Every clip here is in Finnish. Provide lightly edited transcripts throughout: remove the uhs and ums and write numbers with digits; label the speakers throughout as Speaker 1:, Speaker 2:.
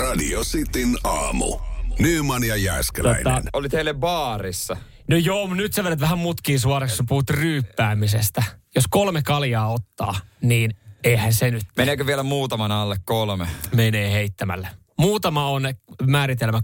Speaker 1: Radio Cityn aamu. Nyman ja Jääskeläinen.
Speaker 2: Oli teille baarissa.
Speaker 3: No joo, mutta nyt sä vedät vähän mutkiin suoraksi, kun puhut ryyppäämisestä. Jos 3 kaljaa ottaa, niin eihän se nyt...
Speaker 2: Meneekö vielä muutaman alle 3?
Speaker 3: Menee heittämällä. Muutama on määritelmä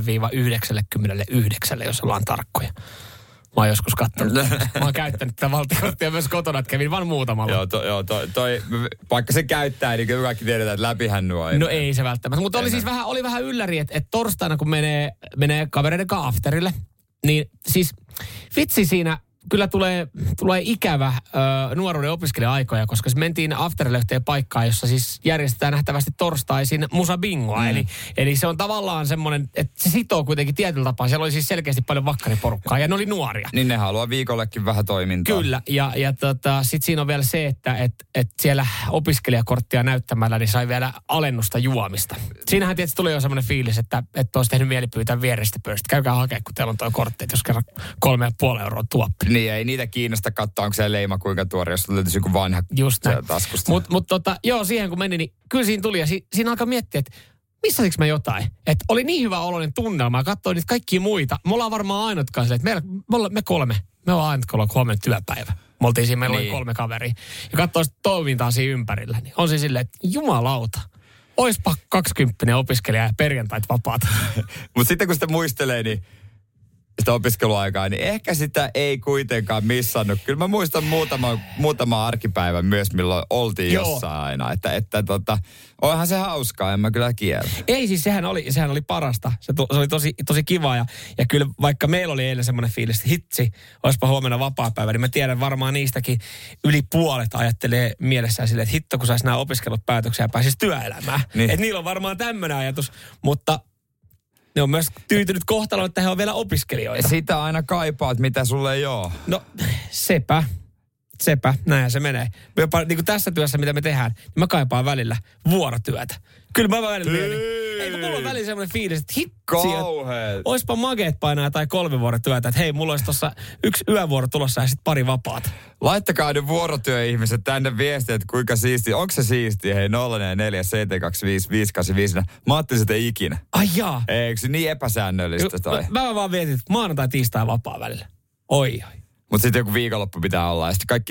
Speaker 3: 2-99, jos ollaan tarkkoja. Mä oon joskus katsonut. Mä oon käyttänyt tätä valtiokorttia myös kotona, että kävin vaan muutamalla.
Speaker 2: Toi, vaikka se käyttää, niin kyllä kaikki tiedetään, että läpihän nuo.
Speaker 3: No ei se välttämättä. Mutta oli vähän ylläri, että torstaina kun menee kavereiden kanssa afterille, niin siis vitsi siinä kyllä tulee ikävä nuoruuden opiskelija-aikoja, koska se mentiin afterille yhteen paikkaan, jossa siis järjestetään nähtävästi torstaisin musabingoa. Eli se on tavallaan semmoinen, että se sitoo kuitenkin tietyllä tapaa. Siellä oli siis selkeästi paljon vakkariporukkaa ja ne oli nuoria.
Speaker 2: Niin ne haluaa viikollekin vähän toimintaa.
Speaker 3: Kyllä, ja sitten siinä on vielä se, että siellä opiskelijakorttia näyttämällä niin sai vielä alennusta juomista. Siinähän tietysti tuli jo semmoinen fiilis, että olisi tehnyt mieli pyytää vierestä pöydästä. Käykää hakea, kun teillä on tuo kortti, että jos kerran 3,5 euroa tuoppi.
Speaker 2: Niin, ei niitä kiinnosta katsoa, onko se leima kuinka tuori, jos löytyisi joku vanha taskusta.
Speaker 3: Mutta siihen kun meni, niin kyllä siinä tuli ja siinä alkaa miettiä, että missasinko mä jotain? Että oli niin hyvä oloinen tunnelma ja katsoin niitä kaikkia muita. Me ollaan varmaan ainutkaan silleen, että me ollaan ainutkaan huomenna työpäivä. Meillä oli 3 kaveria. Ja katsoin toimintaa siinä ympärillä. Niin on siis silleen, että jumalauta. Oispa 20 opiskelija ja perjantait vapaata.
Speaker 2: Mutta sitten kun sitä muistelee, niin sitä opiskeluaikaa, niin ehkä sitä ei kuitenkaan missannut. Kyllä mä muistan muutama arkipäivän myös, milloin oltiin jossain aina. Että onhan se hauskaa, en mä kyllä kiellä.
Speaker 3: Ei siis, sehän oli parasta. Se oli tosi kiva ja kyllä vaikka meillä oli eilen semmoinen fiilis, että hitsi, olisipa huomenna vapaapäivä, niin mä tiedän varmaan niistäkin yli puolet ajattelee mielessään silleen, että hitto kun saisi nämä opiskelut päätöksiä ja pääsisi työelämään. Niin. Että niillä on varmaan tämmöinen ajatus, mutta... Ne on myös tyytynyt kohtaloon, että he on vielä opiskelijoita.
Speaker 2: Sitä aina kaipaat, mitä sulle ei ole.
Speaker 3: No, sepä, näinhän se menee. Jopa niin kuin tässä työssä, mitä me tehdään, niin mä kaipaan välillä vuorotyötä. Kyllä mä välillä mietin. Ei kun mulla on välillä semmoinen fiilis, että hitsi, oispa mageet painaa tai 3 vuorotyötä, että hei, mulla olisi tossa 1 yövuoro tulossa ja sitten pari vapaata.
Speaker 2: Laittakaa ne vuorotyöihmiset tänne viestiä, että kuinka siistiä. Onko se siistiä? Hei, 044 725 585. Mä ajattelin sitä ikinä.
Speaker 3: Ai jaa.
Speaker 2: Eikö se niin epäsäännöllistä toi?
Speaker 3: Mä vaan mietin, että maanantai, tiistai vapaa välillä. Oi.
Speaker 2: Mutta sitten joku viikonloppu pitää olla. Ja sitten kaikki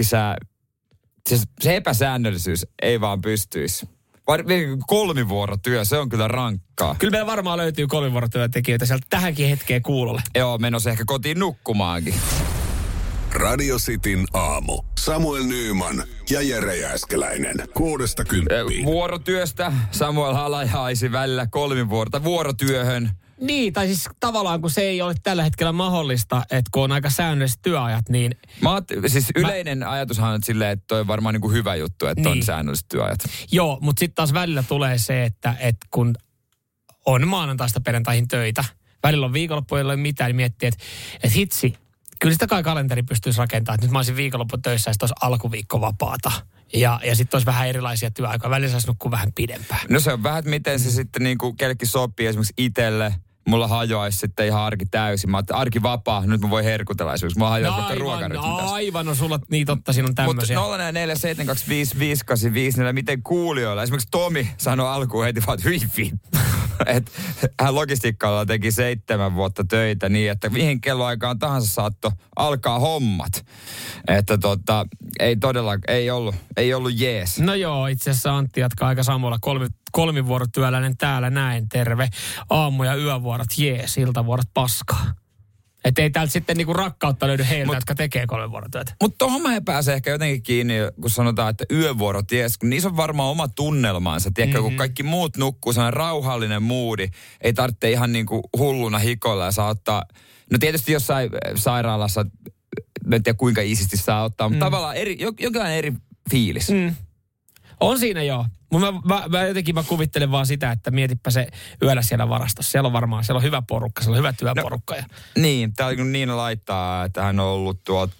Speaker 2: se epäsäännöllisyys ei vaan pystyisi. 3-vuorotyö, se on kyllä rankkaa.
Speaker 3: Kyllä meillä varmaan löytyy 3-vuorotyötekijöitä sieltä tähänkin hetkeen kuulolle.
Speaker 2: Joo, menossa ehkä kotiin nukkumaankin.
Speaker 1: Radio Cityn aamu. Samuel Nyman ja Jere Jääskeläinen. 6-10.
Speaker 2: Vuorotyöstä Samuel halajaisi välillä 3 vuorotyöhön.
Speaker 3: Niin, tai siis tavallaan kun se ei ole tällä hetkellä mahdollista, että kun on aika säännölliset työajat, niin...
Speaker 2: Yleinen ajatushan on silleen, että toi on varmaan niin kuin hyvä juttu, että on säännölliset työajat.
Speaker 3: Joo, mutta sitten taas välillä tulee se, että kun on maanantaista perjantaihin töitä, välillä on viikonloppu, ei ole mitään, niin miettii, että hitsi, kyllä sitä kai kalenteri pystyisi rakentamaan, että nyt mä olisin viikonloppu töissä ja sitten olisi alkuviikko vapaata. Ja sitten olisi vähän erilaisia työaikoja. Välillä saisi nukkua vähän pidempään.
Speaker 2: No se on vähän, että miten se sitten niin kuin kellekin sopii esimerkiksi itselle. Mulla hajoaisi sitten ihan arki täysin. Mä ajattelin, arki vapaa, nyt mä voin herkutella esimerkiksi. Mulla hajoaisi vaikka ruokarytmi tästä.
Speaker 3: Aivan, no sulla niin totta, siinä on tämmöisiä.
Speaker 2: Mutta 047255855, miten kuulijoilla. Esimerkiksi Tomi sanoi alkuun heti vaan, että hyi vittu. Että hän logistiikalla teki 7 vuotta töitä niin, että mihin kelloaikaan tahansa saattoi alkaa hommat. Että ei todella, ei ollut jees.
Speaker 3: No joo, itse asiassa Antti jatkaa aika samalla 3-vuorotyöläinen täällä näin, terve. Aamu- ja yövuorot jees, iltavuorot paskaa. Että ei täältä sitten niinku rakkautta löydy heiltä, jotka tekee 3 vuorotyötä.
Speaker 2: Mutta tohon mä pääse ehkä jotenkin kiinni, kun sanotaan, että yövuorot jees, kun niissä on varmaan oma tunnelmaansa. Tiedätkö, kun kaikki muut nukkuu, sellainen rauhallinen moodi. Ei tarvitse ihan niinku hulluna hikoilla ja saa ottaa... No tietysti jossain sairaalassa, en tiedä kuinka iisisti saa ottaa, mutta tavallaan jonkinlainen eri fiilis.
Speaker 3: On siinä joo. Mä kuvittelen vaan sitä, että mietipä se yöllä siellä varastossa. Siellä on hyvä porukka, siellä on hyvä työporukka.
Speaker 2: Niin, täällä kun Niina laittaa, että hän on ollut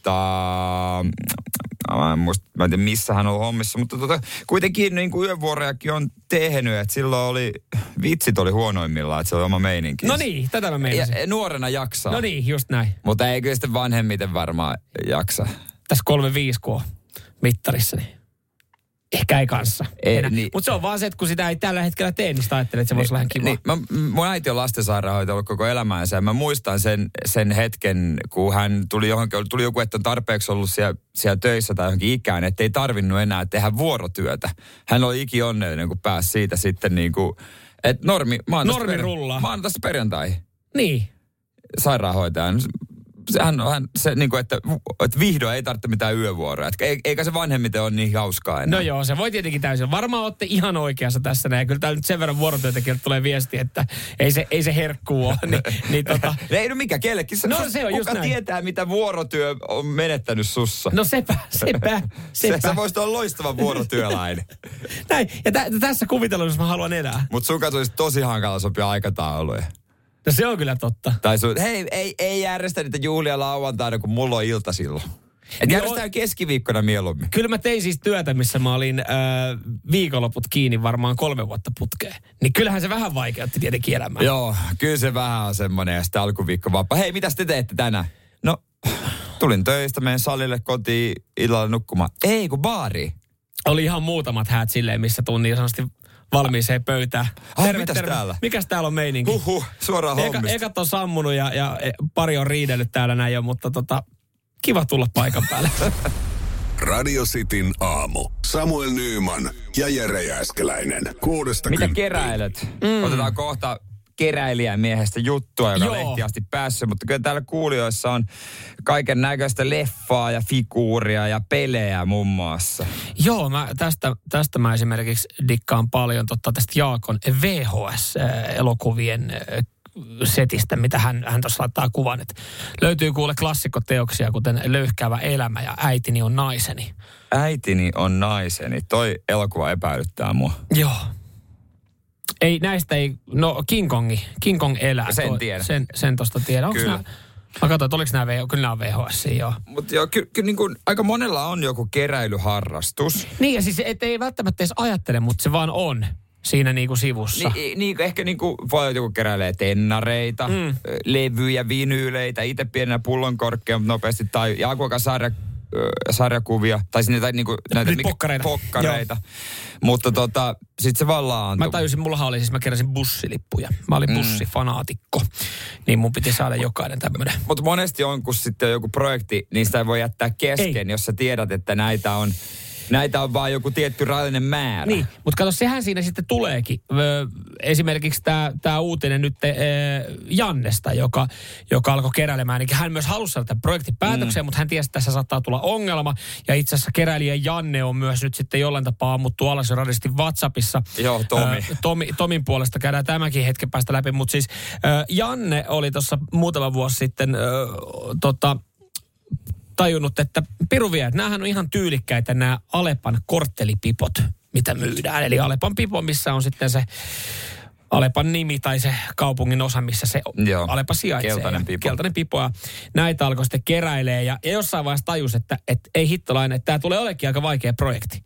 Speaker 2: mä en tiedä missä hän on hommissa, mutta kuitenkin niin kuin yövuorojakin on tehnyt, että silloin vitsit oli huonoimmillaan, että se oli oma meininki.
Speaker 3: No niin, tätä mä meinasin.
Speaker 2: Ja nuorena jaksaa.
Speaker 3: No niin, just näin.
Speaker 2: Mutta ei kyllä sitten vanhemmiten varmaan jaksa.
Speaker 3: Tässä 3-5 kun on mittarissa, niin Ehkä ei kanssa.
Speaker 2: Niin.
Speaker 3: Mutta se on vaan se, että kun sitä ei tällä hetkellä tee, niin sitä ajattelee, että se voisi olla ihan kiva.
Speaker 2: Niin, mun äiti on lastensairaanhoitaja ollut koko elämäänsä ja mä muistan sen hetken, kun hän tuli joku, että on tarpeeksi ollut siellä töissä tai johonkin ikään, että ei tarvinnut enää tehdä vuorotyötä. Hän oli onnellinen, kun pääsi siitä sitten niin kuin, että normi rullaa. Maanantaista perjantaihin.
Speaker 3: Niin.
Speaker 2: Sairaanhoitajan. Se niin kuin, että vihdoin ei tarvitse mitään yövuoroja. Eikä se vanhemmiten ole niin hauskaa enää.
Speaker 3: No joo, se voi tietenkin täysin. Varmaan olette ihan oikeassa tässä näin. Kyllä täällä nyt sen verran vuorotyötäkin tulee viesti, että ei se herkkuu ole.
Speaker 2: Ei no mikä kellekin.
Speaker 3: Se on just
Speaker 2: kuka
Speaker 3: näin.
Speaker 2: tietää, mitä vuorotyö on menettänyt sussa?
Speaker 3: No sepä.
Speaker 2: Sä voisit olla loistava vuorotyöläinen.
Speaker 3: Näin. Ja tässä kuvitellussa mä haluan elää.
Speaker 2: Mutta sun kanssa olisi tosi hankala sopia aikatauluja.
Speaker 3: No se on kyllä totta.
Speaker 2: Tai hei, ei järjestä niitä juhlia lauantaina, kun mulla on ilta silloin. Et järjestetään keskiviikkona mieluummin.
Speaker 3: Kyllä mä tein siis työtä, missä mä olin viikonloput kiinni varmaan 3 vuotta putkeen. Niin kyllähän se vähän vaikeutti tietenkin elämää.
Speaker 2: Joo, kyllä se vähän on semmoinen ja sitten alkuviikko vapaa. Hei, mitäs te teette tänään? No, tulin töistä, menen salille kotiin illalla nukkumaan. Ei, kun baariin.
Speaker 3: Oli ihan muutamat häät silleen, missä tunnin sanoisesti valmiiseen pöytään.
Speaker 2: Mitäs täällä?
Speaker 3: Mikäs täällä on meininki?
Speaker 2: Suoraan hommista.
Speaker 3: Ekat on sammunut ja pari on riidellyt täällä näin jo, mutta kiva tulla paikan päälle.
Speaker 1: Radio Cityn aamu. Samuel Nyyman ja Jere Jääskeläinen. 6-10.
Speaker 2: Mitä keräilet? Otetaan kohta keräilijämiehestä juttua, joka on lehtiasti päässyt, mutta kyllä täällä kuulijoissa on kaiken näköistä leffaa ja figuuria ja pelejä muun muassa.
Speaker 3: Joo, tästä mä esimerkiksi dikkaan paljon tästä Jaakon VHS-elokuvien setistä, mitä hän tuossa laittaa kuvan. Että löytyy kuule klassikkoteoksia, kuten Löyhkäävä elämä ja Äitini on naiseni.
Speaker 2: Äitini on naiseni. Toi elokuva epäilyttää mua.
Speaker 3: Joo. King Kong elää.
Speaker 2: Sen tiedän.
Speaker 3: Sen tosta tiedän.
Speaker 2: Kyllä.
Speaker 3: Mä katsoin, että oliko kyllä nämä VHS, joo.
Speaker 2: Mutta joo, kyllä niin kuin, aika monella on joku keräilyharrastus.
Speaker 3: Niin ja siis ei välttämättä edes ajattele, mutta se vaan on siinä niinku sivussa.
Speaker 2: Ehkä niinku voi joku keräilee tennareita, levyjä, vinyyleitä, itse pienenä pullonkorkkeja, mutta nopeasti, tai Jaakuakan sarjakuvia, tai niinku näitä pokkareita. Mutta sit se vaan laantuu.
Speaker 3: Mä tajusin, mä keräsin bussilippuja. Mä olin bussifanaatikko, niin mun piti saada jokainen tämmöinen.
Speaker 2: Mutta monesti on, kun sitten on joku projekti, niin sitä ei voi jättää kesken, jos sä tiedät, että näitä on vaan joku tietty rajallinen määrä.
Speaker 3: Niin, mutta kato, sehän siinä sitten tuleekin. Esimerkiksi tämä uutinen nyt Jannesta, joka alkoi keräilemään. Niin hän myös halusi saada tämän projektin päätökseen, mutta hän tiesi, että tässä saattaa tulla ongelma. Ja itse asiassa keräilijä Janne on myös nyt sitten jollain tapaa ammuttu alas jo radisesti WhatsAppissa.
Speaker 2: Joo,
Speaker 3: Tomin puolesta käydään tämäkin hetken päästä läpi. Mutta siis Janne oli tuossa muutama vuosi sitten tajunnut, että piru vie, että näähän on ihan tyylikkäitä nämä Alepan korttelipipot, mitä myydään. Eli Alepan pipo, missä on sitten se Alepan nimi tai se kaupungin osa, missä se Alepa sijaitsee. Keltainen pipo. Ja näitä alkoi sitten keräilee ja jossain vaiheessa tajus, että ei hittolainen, että tämä tulee olekin aika vaikea projekti.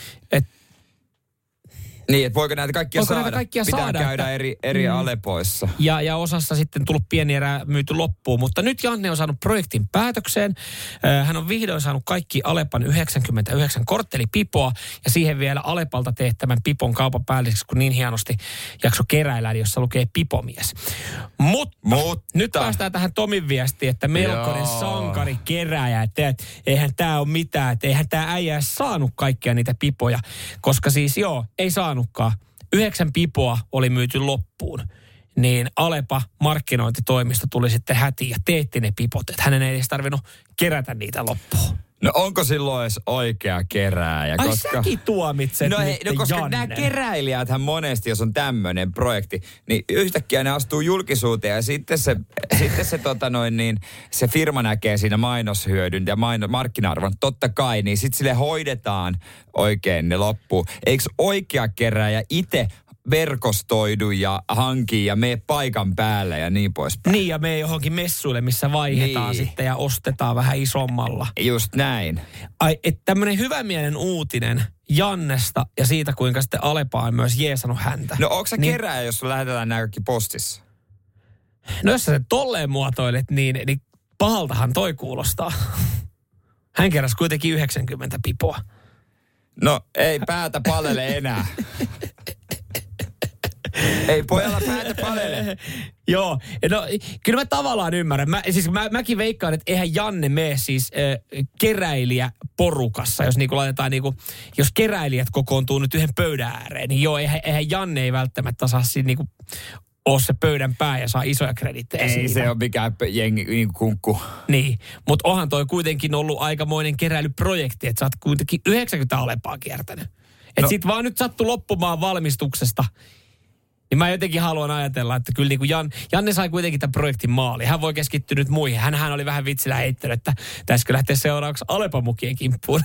Speaker 2: Niin, että voiko näitä kaikkia saada? Pitää käydä eri Alepoissa.
Speaker 3: Ja osassa sitten tullut pieni erä myyty loppuun. Mutta nyt Janne on saanut projektin päätökseen. Hän on vihdoin saanut kaikki Alepan 99 korttelipipoa. Ja siihen vielä Alepalta tehtävän pipon kaupan päälliseksi, kun niin hienosti jakso keräillä, jossa lukee pipomies. Mutta nyt päästään tähän Tomin viestiin, että melkoinen sankari kerääjä. Että eihän tämä ole mitään. Että eihän tämä äijä saanut kaikkia niitä pipoja. Koska siis ei saanut. 9 pipoa oli myyty loppuun. Niin Alepa markkinointitoimisto tuli sitten hätiin ja teetti ne pipot. Että hänen ei edes tarvinnut kerätä niitä loppuun.
Speaker 2: No onko silloin edes oikea kerääjä?
Speaker 3: Ai säkin tuomitset
Speaker 2: koska nämä keräilijäthän monesti, jos on tämmöinen projekti, niin yhtäkkiä ne astuu julkisuuteen ja sitten se firma näkee siinä mainoshyödyn ja markkina-arvon. Totta kai, niin sitten sille hoidetaan oikein ne loppuun. Eikö oikea kerääjä itse verkostoidu ja hanki ja mene paikan päälle ja niin poispäin.
Speaker 3: Niin ja mene johonkin messuille, missä vaihdetaan sitten ja ostetaan vähän isommalla.
Speaker 2: Just näin.
Speaker 3: Ai, että tämmöinen hyvämielen uutinen Jannesta ja siitä, kuinka sitten Alepa on myös jeesannut häntä.
Speaker 2: No onko sä kerääjä, jos lähetetään nämä kaikki postissa?
Speaker 3: No jos sä sen tolleen muotoilet, niin pahaltahan toi kuulostaa. Hän keräsi kuitenkin 90 pipoa.
Speaker 2: No ei päätä palele enää. Ei pojalla päätä palele.
Speaker 3: Joo, no kyllä mä tavallaan ymmärrän. Mäkin veikkaan, että eihän Janne mene siis keräilijäporukassa, jos niinku laitetaan niinku, jos keräilijät kokoontuu nyt yhden pöydän ääreen, niin joo, eihän Janne ei välttämättä saa siinä niinku ole se pöydän pää ja saa isoja kredittejä
Speaker 2: ei
Speaker 3: siitä.
Speaker 2: Se ole mikään jengi niin kunkku.
Speaker 3: Niin, mutta onhan toi kuitenkin ollut aikamoinen keräilyprojekti, että sä oot kuitenkin 90 Alepaa kiertänyt. Että sit vaan nyt sattu loppumaan valmistuksesta. Niin mä jotenkin haluan ajatella, että kyllä niin kuin Janne sai kuitenkin tämän projektin maaliin. Hän voi keskittyä nyt muihin. Hänhän oli vähän vitsillä heittänyt, että täysikö lähteä seuraavaksi Alepa-mukien kimppuun.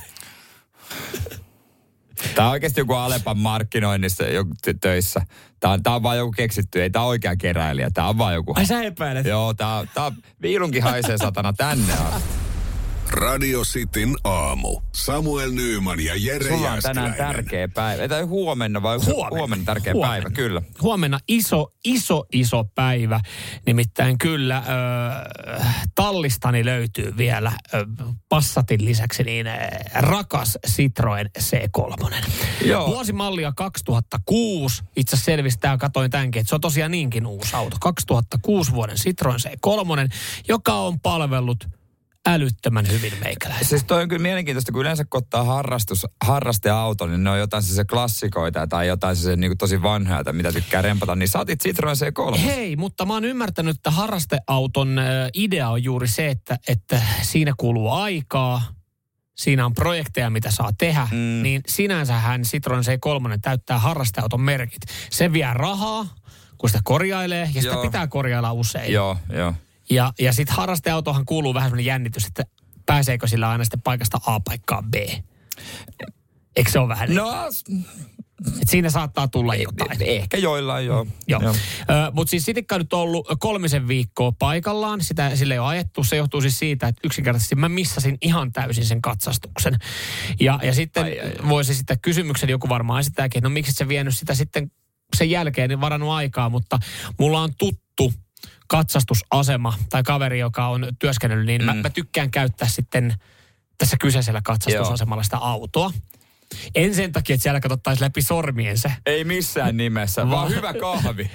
Speaker 2: Tämä on oikeasti joku Alepan markkinoinnissa töissä. Tämä on vaan joku keksitty. Ei tämä ole oikea keräilijä. Tämä on vaan joku.
Speaker 3: Ai sä epäilet?
Speaker 2: Joo, tämä viilunkin haisee satana tänne asti.
Speaker 1: Radio Cityn aamu. Samuel Nyyman ja Jere
Speaker 2: Sulla on
Speaker 1: Jääskeläinen.
Speaker 2: tänään tärkeä päivä. Tai huomenna vai? Huomenna tärkeä päivä, kyllä.
Speaker 3: Huomenna iso päivä. Nimittäin kyllä tallistani löytyy vielä Passatin lisäksi niin rakas Citroen C3.
Speaker 2: Joo.
Speaker 3: Vuosimallia 2006. Itse asiassa selvistää, katoin tämänkin, että se on tosiaan niinkin uusi auto. 2006 vuoden Citroen C3, joka on palvellut älyttömän hyvin meikäläisiä.
Speaker 2: Siis toi on kyllä mielenkiintoista, kun yleensä kun ottaa harrasteauto, niin ne on jotain se klassikoita tai jotain se niin tosi vanhaa, mitä tykkää rempata, niin saatit Citroen C3.
Speaker 3: Hei, mutta mä oon ymmärtänyt, että harrasteauton idea on juuri se, että siinä kuluu aikaa, siinä on projekteja, mitä saa tehdä, niin sinänsähän Citroen C3 täyttää harrasteauton merkit. Se vie rahaa, kun sitä korjailee, ja sitä pitää korjailla usein.
Speaker 2: Joo.
Speaker 3: Ja sitten harrasteautohan kuuluu vähän sellainen jännitys, että pääseekö sillä aina sitten paikasta A paikkaan B. Eikö se ole vähän?
Speaker 2: No,
Speaker 3: et siinä saattaa tulla jotain.
Speaker 2: Ehkä joillain, joo.
Speaker 3: Mutta siis Sitikka on nyt ollut 3 viikkoa paikallaan. Sille ei ole ajettu. Se johtuu siis siitä, että yksinkertaisesti mä missasin ihan täysin sen katsastuksen. Ja sitten voisi esittää kysymyksen, joku varmaan esittääkin, että no miksi et sä vienyt sitä sitten sen jälkeen, niin varannut aikaa. Mutta mulla on tuttu katsastusasema tai kaveri, joka on työskennellyt, niin mä tykkään käyttää sitten tässä kyseisellä katsastusasemalla sitä autoa. En sen takia, että siellä katsottaisiin läpi sormien se.
Speaker 2: Ei missään nimessä, vaan hyvä kahvi.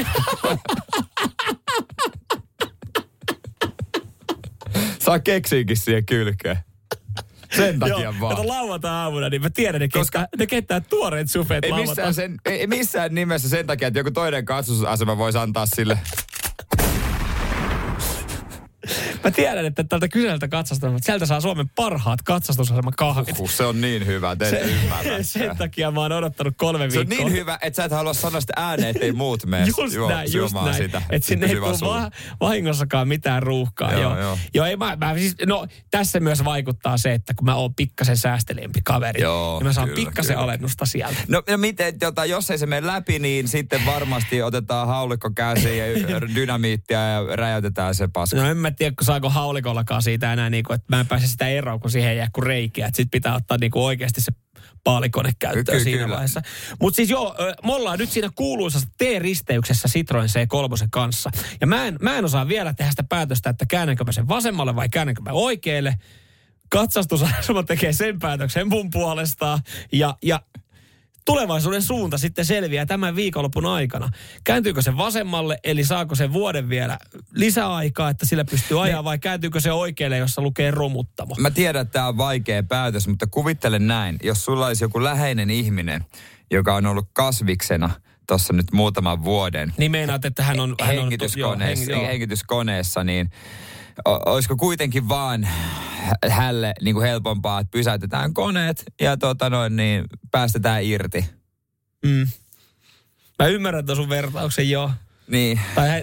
Speaker 2: Saa keksiinkin siihen kylkeen. Sen takia vaan.
Speaker 3: Kato lauantai-aamuna, niin mä tiedän, ne keittää tuoreet sufeet lauantai.
Speaker 2: Ei missään nimessä sen takia, että joku toinen katsastusasema voisi antaa sille.
Speaker 3: Mä tiedän, että tältä kyseiseltä katsastusasemalta, sieltä saa Suomen parhaat katsastusaseman kahvit.
Speaker 2: Se on niin hyvä, te ette ymmärrä.
Speaker 3: Sen takia mä oon odottanut 3 viikkoa.
Speaker 2: Se on niin hyvä, että sä et halua sanoa sitä ääneen, ettei muut mene.
Speaker 3: Just näin. Että sinne ei tule vahingossakaan mitään ruuhkaa. Joo, tässä myös vaikuttaa se, että kun mä oon pikkasen säästeliämpi kaveri, niin mä saan pikkasen alennusta sieltä.
Speaker 2: No miten, jos ei se mene läpi, niin sitten varmasti otetaan haulikko käsiin ja dynamiittia ja räjäytetään se paska.
Speaker 3: No en mä tiedä, kun saako haulikollakaan siitä enää, niin kuin, että mä en pääse sitä eroon, kun siihen jää kuin reikiä. Että sit pitää ottaa niin kuin oikeasti se paalikone käyttöön siinä vaiheessa. Mutta siis me ollaan nyt siinä kuuluisassa T-risteyksessä Citroen C3 kanssa. Ja mä en osaa vielä tehdä sitä päätöstä, että käännänkö mä sen vasemmalle vai käännänkö mä oikealle. Katsastusasema tekee sen päätöksen mun puolestaan. Ja tulevaisuuden suunta sitten selviää tämän viikonlopun aikana. Kääntyykö se vasemmalle, eli saako se vuoden vielä lisäaikaa, että sillä pystyy ajaa, vai kääntyykö se oikealle, jossa lukee romuttamo?
Speaker 2: Mä tiedän, että tämä on vaikea päätös, mutta kuvittele näin. Jos sulla olisi joku läheinen ihminen, joka on ollut kasviksena tuossa nyt muutaman vuoden.
Speaker 3: Niin meinaat, että hän on
Speaker 2: hengityskoneessa, niin olisiko kuitenkin vaan hälle niin kuin helpompaa, että pysäytetään koneet ja niin päästetään irti.
Speaker 3: Mä ymmärrän tuon sun vertauksen, joo.
Speaker 2: Niin.
Speaker 3: Tai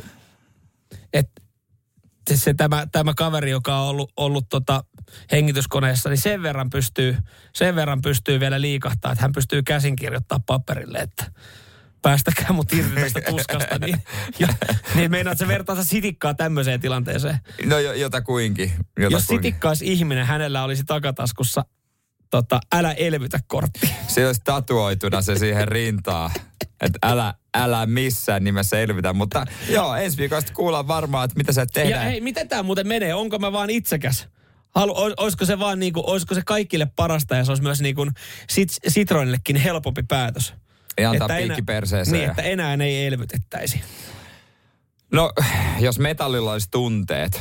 Speaker 3: tämä kaveri, joka on ollut hengityskoneessa, niin sen verran pystyy vielä liikahtaa, että hän pystyy käsin kirjoittaa paperille, että päästäkää mut irti tästä tuskasta. Niin meinaat se vertaansa Sitikkaa tämmöiseen tilanteeseen.
Speaker 2: No jotakuinkin.
Speaker 3: Jos Sitikka olisi ihminen, hänellä olisi takataskussa älä elvytä -kortti.
Speaker 2: Se olisi tatuoituna se siihen rintaan. Että älä missään nimessä elvytä. Mutta joo, ensi viikosta kuullaan varmaan, että mitä sä tehdään.
Speaker 3: Ja hei, miten tää muuten menee? Onko mä vaan itsekäs? Olisiko se vaan niinku, olisiko se kaikille parasta ja se olisi myös niinku Citroenillekin helpompi päätös.
Speaker 2: Ei antaa piikki perseeseen.
Speaker 3: Niin, että enää ei elvytettäisi.
Speaker 2: No, jos metallilla olisi tunteet.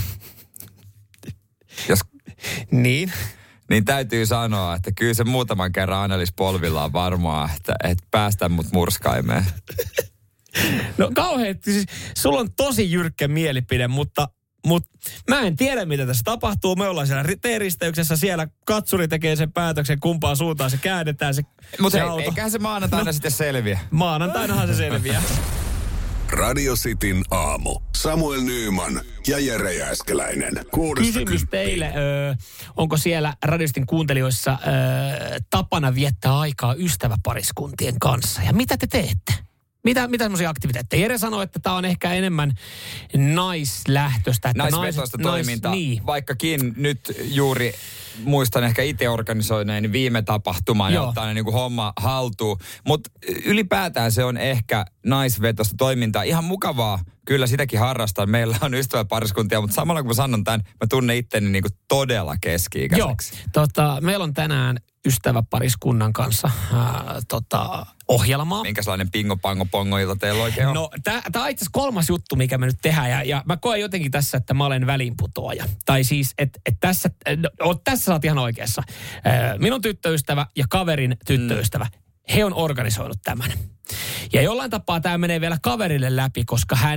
Speaker 2: Niin täytyy sanoa, että kyllä se muutaman kerran Annelies polvillaan varmaan, että päästä mut murskaimeen.
Speaker 3: No kauheasti, siis sulla on tosi jyrkkä mielipide, mutta mä en tiedä, mitä tässä tapahtuu. Me ollaan siellä teeristeyksessä, siellä katsuri tekee sen päätöksen, kumpaan suuntaan se käännetään se
Speaker 2: mutta
Speaker 3: auto.
Speaker 2: Eiköhän se maanantaina sitten selviä.
Speaker 3: Maanantainahan se selviää.
Speaker 1: Radio Cityn aamu. Samuel Nyyman ja Jere Jääskeläinen. 6–10.
Speaker 3: Kysymys teille. Onko siellä Radiostin kuuntelijoissa tapana viettää aikaa ystäväpariskuntien kanssa? Ja mitä te teette? Mitä semmoisia aktiviteetteja? Jere sanoi, että tämä on ehkä enemmän naislähtöistä.
Speaker 2: Naisvetoista toimintaa.
Speaker 3: Niin.
Speaker 2: Vaikkakin nyt juuri muistan ehkä itse organisoineen viime tapahtuman ja ottaa ne niin kuin homma haltuun. Mutta ylipäätään se on ehkä naisvetoista toimintaa. Ihan mukavaa. Kyllä sitäkin harrastan. Meillä on ystäväpariskuntia, mutta samalla kun mä sanon tämän, mä tunnen itteni niin kuin todella keski-ikäiseksi.
Speaker 3: Joo. Meillä on tänään ystäväpariskunnan kanssa ohjelmaa.
Speaker 2: Minkälainen pingo-pango-pongo-ilta teillä oikein on?
Speaker 3: No, tämä on itse asiassa 3. juttu, mikä me nyt tehdään. Ja mä koen jotenkin tässä, että mä olen väliinputoaja. Tai siis, että tässä sä oot ihan oikeassa. Minun tyttöystävä ja kaverin tyttöystävä, he on organisoinut tämän. Ja jollain tapaa tämä menee vielä kaverille läpi, koska hän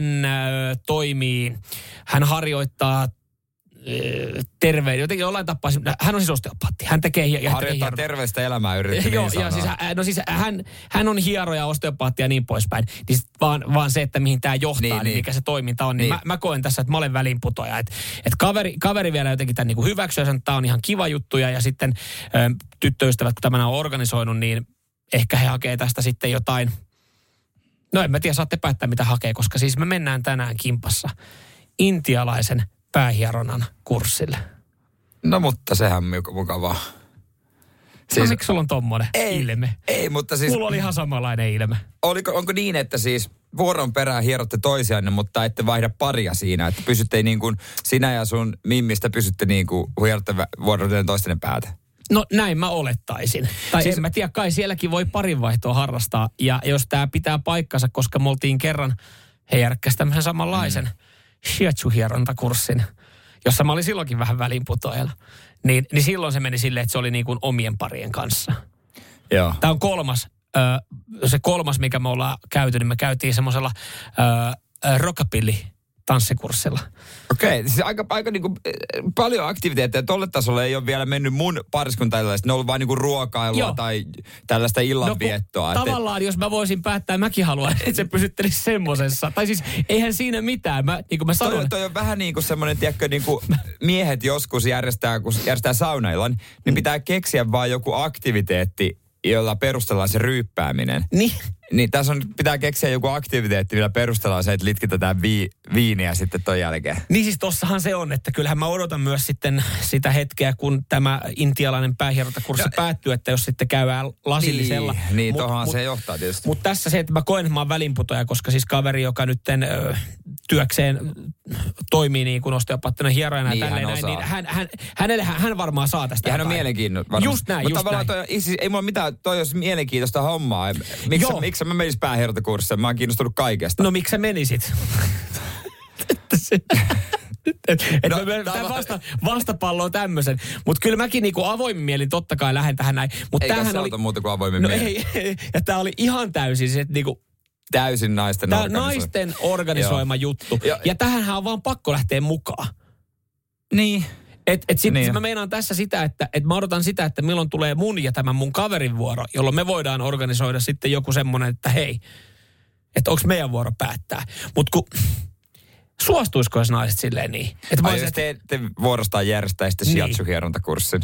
Speaker 3: hän harjoittaa terveyden. Jotenkin jollain tapaa, hän on siis osteopaatti. Hän tekee
Speaker 2: harjoittaa terveistä elämää yritetty
Speaker 3: joo,
Speaker 2: niin
Speaker 3: ja siis hän on hieroja, osteopaatti ja niin poispäin. Niin vaan se, että mihin tämä johtaa, niin mikä se toiminta on. Niin. Mä koen tässä, että mä olen väliinputoaja. Että kaveri vielä jotenkin tämän niin kuin hyväksyy, että tämä on ihan kiva juttu. Ja sitten tyttöystävät, kun tämän on organisoinut, niin ehkä he hakee tästä sitten jotain. No en mä tiedä, saatte päättää mitä hakee, koska siis me mennään tänään kimpassa intialaisen päähieronnan kurssille.
Speaker 2: No mutta sehän on mukavaa.
Speaker 3: Siis, miksi sulla on tommonen ilme?
Speaker 2: Ei, mutta siis...
Speaker 3: Mulla oli ihan samanlainen ilme.
Speaker 2: Onko niin, että siis vuoron perään hierotte toisianne, mutta ette vaihda paria siinä, että pysytte niin kuin sinä ja sun mimmistä pysytte niin kuin hierotte vuoroten toistenne päätä?
Speaker 3: No näin mä olettaisin. Tai siis, en mä tiedä, kai sielläkin voi parinvaihtoa harrastaa. Ja jos tää pitää paikkansa, koska me oltiin kerran, he järkkäsi tämmöisen samanlaisen shiatsu-hierontakurssin, jossa mä olin silloinkin vähän väliinputoajana. Niin silloin se meni silleen, että se oli niin kuin omien parien kanssa.
Speaker 2: Joo.
Speaker 3: Tää on se kolmas, mikä me ollaan käyty, niin me käytiin semmoisella rockabilly-tanssikurssilla.
Speaker 2: Okei, siis aika niinku paljon aktiviteetteja. Tolle tasolle ei ole vielä mennyt mun pariskuntailla. Ne on ollut vain niinku ruokailua tai tällaista illanviettoa.
Speaker 3: Tavallaan, jos mä voisin päättää, mäkin haluan, että se pysyttelisi semmosessa. Tai siis, eihän siinä mitään. Niin kuin mä sanon.
Speaker 2: Toi on vähän niin kuin semmoinen, tiedätkö, niin kuin miehet joskus kun järjestää saunaillan, niin pitää keksiä vaan joku aktiviteetti, jolla perustellaan se ryyppääminen. Niin tässä pitää keksiä joku aktiviteetti, millä perustellaan se, että litkitetään viiniä sitten ton jälkeen. Niin
Speaker 3: siis tossahan se on, että kyllähän mä odotan myös sitten sitä hetkeä, kun tämä intialainen päähierontakurssi päättyy, että jos sitten käydään lasillisella.
Speaker 2: Niin tohan se johtaa tietysti.
Speaker 3: Mutta tässä se, että mä koen, että mä oon välinputoja, koska siis kaveri, joka nyt työkseen toimii niin kuin osteopaattina hierojana ja tälleen näin, niin hän varmaan saa tästä.
Speaker 2: Ja hän on mielenkiintoinen varmasti.
Speaker 3: Just näin,
Speaker 2: mutta tavallaan ei mulla mitään, toi olisi mielenkiintoista hommaa. Miksi mä menisin päähierontakurssille? Mä oon kiinnostunut kaikesta.
Speaker 3: No miksi sä menisit? Vastapallo on tämmöisen. Mutta kyllä mäkin niinku avoimin mielin totta kai lähden tähän näin.
Speaker 2: Eikä se auta muuta kuin avoimin mielin.
Speaker 3: Ei. Ja tää oli ihan täysin se, että niinku...
Speaker 2: Täysin
Speaker 3: naisten organisoima juttu. Ja tähänhän on vaan pakko lähteä mukaan.
Speaker 2: Niin.
Speaker 3: Sitten mä meinaan tässä sitä, että mä odotan sitä, että milloin tulee mun ja tämän mun kaverin vuoro, jolloin me voidaan organisoida sitten joku semmoinen, että hei, että onko meidän vuoro päättää. Mutta kun suostuisiko jos naiset silleen niin?
Speaker 2: Jos te vuorostaan järjestäisitte shiatsu-hierontakurssin.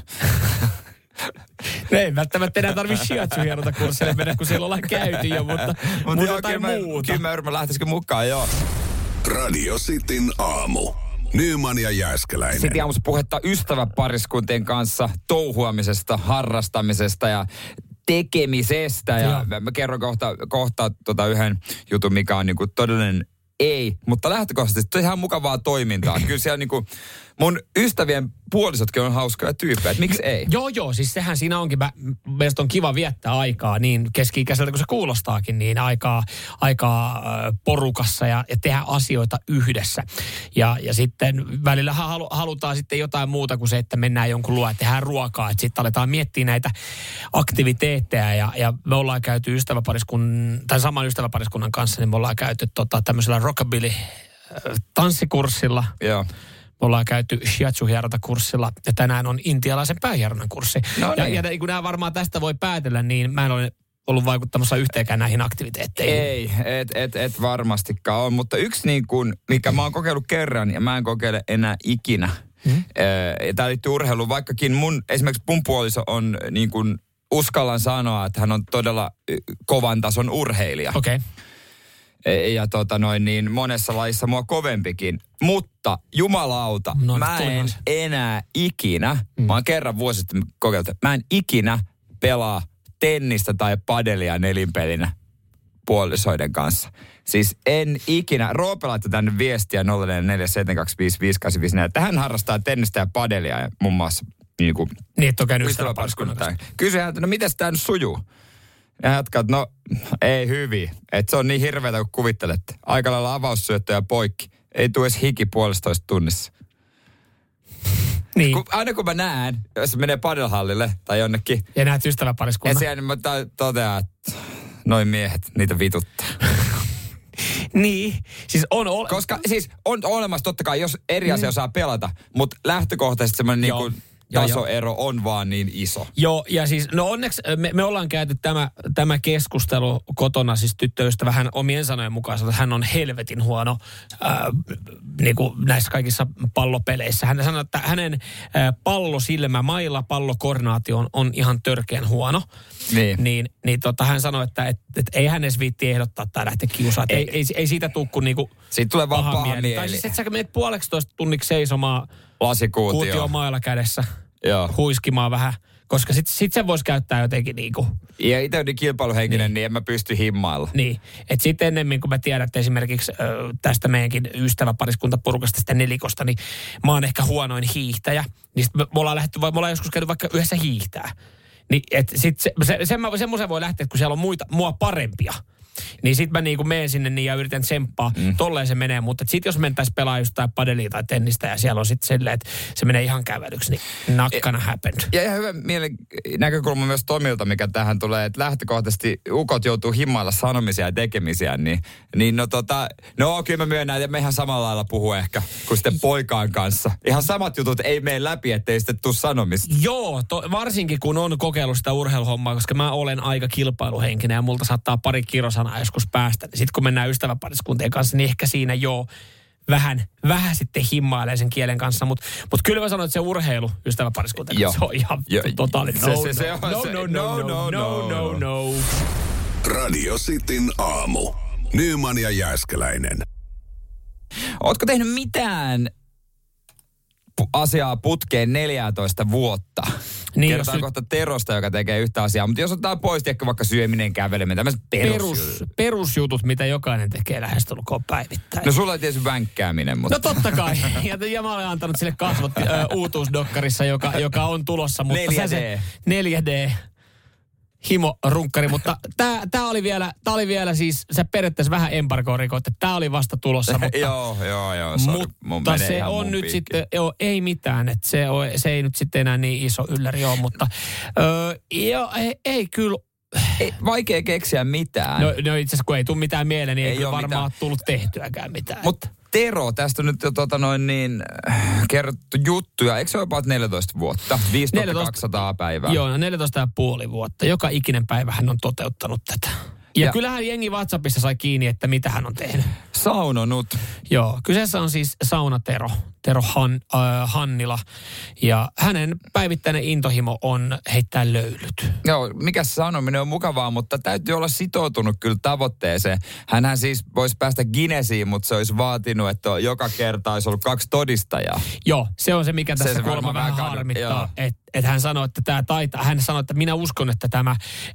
Speaker 3: No ei välttämättä enää tarvitse shiatsu-hierontakurssille mennä, kun siellä ollaan käyty jo, mutta jotain muuta.
Speaker 2: Kyllä mä lähtisikö mukaan, joo.
Speaker 1: Radio Cityn aamu. Nyyman ja Jääskeläinen.
Speaker 2: Sitten aamussa puhetta ystäväpariskuntien kanssa touhuamisesta, harrastamisesta ja tekemisestä. Ja mä kerron kohta yhden jutun, mikä on niinku todellinen ei. Mutta lähtökohtaisesti se on ihan mukavaa toimintaa. Kyllä siellä niinku mun ystävien puolisotkin on hauskoja tyyppejä, että miksi ei?
Speaker 3: Joo, siis sehän siinä onkin. Mielestäni on kiva viettää aikaa niin keski-ikäiseltä kuin se kuulostaakin, niin aikaa porukassa ja tehdä asioita yhdessä. Ja sitten välillä halutaan sitten jotain muuta kuin se, että mennään jonkun luo ja tehdään ruokaa. Että sitten aletaan miettiä näitä aktiviteetteja ja me ollaan käyty saman ystäväpariskunnan kanssa, niin me ollaan käyty tämmöisellä rockabilly tanssikurssilla.
Speaker 2: Joo.
Speaker 3: Me ollaan käyty shiatsu-hierontakurssilla ja tänään on intialaisen päähieronnan kurssi.
Speaker 2: No niin.
Speaker 3: Ja kun nämä varmaan tästä voi päätellä, niin mä en ole ollut vaikuttamassa yhteenkään näihin aktiviteetteihin.
Speaker 2: Ei, et varmastikaan ole. Mutta yksi niin kuin, mikä mä oon kokeillut kerran ja mä en kokeile enää ikinä. Tämä liittyy urheiluun, vaikkakin esimerkiksi mun puoliso on niin kuin, uskallan sanoa, että hän on todella kovan tason urheilija.
Speaker 3: Okei.
Speaker 2: Ja niin monessa lajissa mua kovempikin. Mutta jumalauta, mä en enää ikinä, mä oon kerran vuosi sitten kokeillut, mä en ikinä pelaa tennistä tai padelia nelinpelinä puolisoiden kanssa. Siis en ikinä. Roope laittoi tänne viestiä 047255854, että hän harrastaa tennistä ja padelia ja muun muassa niin
Speaker 3: että on käynyt ystäväpariskunnan kanssa.
Speaker 2: Kysyin häntä, no mites tää nyt sujuu? Ja jatkaa, että no ei hyvin. Että se on niin hirveätä kuin kuvittelette. Aika lailla avaussyöttöjä poikki. Ei tule edes hiki 1,5 tunnissa.
Speaker 3: Niin.
Speaker 2: Aina kun mä näen, jos menee padelhallille tai jonnekin.
Speaker 3: Ja näet ystäväpariskunnan.
Speaker 2: Ja siellä niin mä totean, että noin miehet, niitä vituttaa.
Speaker 3: Niin. Siis
Speaker 2: koska siis on olemassa totta kai, jos eri asia osaa pelata, mutta lähtökohtaisesti semmoinen niin kuin tasoero on vaan niin iso. Joo,
Speaker 3: ja siis no onneksi me ollaan käyty tämä keskustelu kotona, siis tyttöystävä hän omien sanojen mukaan sanoi, että hän on helvetin huono niin kuin näissä kaikissa pallopeleissä. Hän sanoi, että hänen pallosilmämailla pallokoordinaatio on ihan törkeän huono. Niin hän sanoi, että ei hän edes viitti ehdottaa tai lähteä kiusaan. Ei siitä tule kuin niinku
Speaker 2: siitä tulee vaan paha mieli.
Speaker 3: Tai siis et sä menet 1,5 tunniksi seisomaan
Speaker 2: lasikuutio
Speaker 3: mailla kädessä.
Speaker 2: Joo.
Speaker 3: Huiskimaan vähän, koska sit sen voisi käyttää jotenkin niinku.
Speaker 2: Ja itse on niin kilpailuhenkinen, niin en mä pysty himmailla.
Speaker 3: Niin, että sitten ennemmin kun mä tiedän, että esimerkiksi tästä meidänkin ystäväpariskuntaporukasta, tästä nelikosta, niin mä oon ehkä huonoin hiihtäjä. Niin sit me ollaan joskus käynyt vaikka yhdessä hiihtää. Niin, että sitten semmoisen voi lähteä, että kun siellä on mua parempia. Niin sit mä niinku menen sinne niin ja yritän tsemppaa. Tolleen se menee, mutta sit jos mentäis pelaa just tai padelia tai tennistä ja siellä on sit silleen, että se menee ihan kävelyksi, niin not gonna happen. Ja
Speaker 2: ihan hyvä näkökulma myös Tomilta, mikä tähän tulee, että lähtökohtaisesti ukot joutuu himmailla sanomisia ja tekemisiä, niin kyllä mä myönnän, että me ihan samalla lailla puhu ehkä kuin sitten poikaan kanssa. Ihan samat jutut ei mene läpi, ettei sitten tule sanomista.
Speaker 3: Joo, varsinkin kun on kokeillut sitä urheiluhommaa, koska mä olen aika kilpailuhenkinen ja multa saattaa pari kirosanaa joskus päästä. Sitten kun mennään ystäväpariskuntien kanssa, niin ehkä siinä vähän sitten himmailee sen kielen kanssa. Mutta kyllä mä sanoin, että se urheilu ystäväpariskuntien kanssa, se on ihan totaalinen. No.
Speaker 1: Radio Cityn aamu. Nyman ja Jääskeläinen.
Speaker 2: Ootko tehnyt mitään asiaa putkeen 14 vuotta? Niin, kerrotaan kohta Terosta, joka tekee yhtä asiaa. Mutta jos otetaan pois, ehkä vaikka syöminen, käveleminen, tämmöiset
Speaker 3: perusjutut, mitä jokainen tekee lähestulkoon päivittäin.
Speaker 2: No sulla ei tietysti vänkkääminen, mutta...
Speaker 3: No totta kai. Ja mä olen antanut sille kasvot uutuusdokkarissa, joka on tulossa. Mutta 4D. Himo-runkkari, mutta tää oli vielä siis, se periaatteessa vähän embargoa rikot, että tää oli vasta tulossa. Mutta,
Speaker 2: joo.
Speaker 3: Mutta se on nyt sitten, ei mitään, että se ei nyt sitten enää niin iso ylläri ole, mutta ei kyllä.
Speaker 2: Vaikea keksiä mitään.
Speaker 3: No itse asiassa kun ei tule mitään mieleen, niin ei kyllä varmaan ole tullut tehtyäkään mitään.
Speaker 2: Mutta Tero, tästä on nyt jo kerrottu juttuja. Eikö se ole about 14 vuotta? 5200 päivää.
Speaker 3: Joo, 14,5 vuotta. Joka ikinen päivä hän on toteuttanut tätä. Ja kyllähän jengi WhatsAppissa sai kiinni, että mitä hän on tehnyt.
Speaker 2: Saunonut.
Speaker 3: Joo, kyseessä on siis Saunatero. Tero Hannila. Ja hänen päivittäinen intohimo on heittää löylyt.
Speaker 2: Joo, mikä sanominen on mukavaa, mutta täytyy olla sitoutunut kyllä tavoitteeseen. Hänhän siis voisi päästä Guinnessiin, mutta se olisi vaatinut, että joka kerta olisi ollut 2 todistajaa.
Speaker 3: Joo, se on se, mikä tässä kolma vähän harmittaa. hän sanoi, että hän sanoi, että minä uskon, että tämä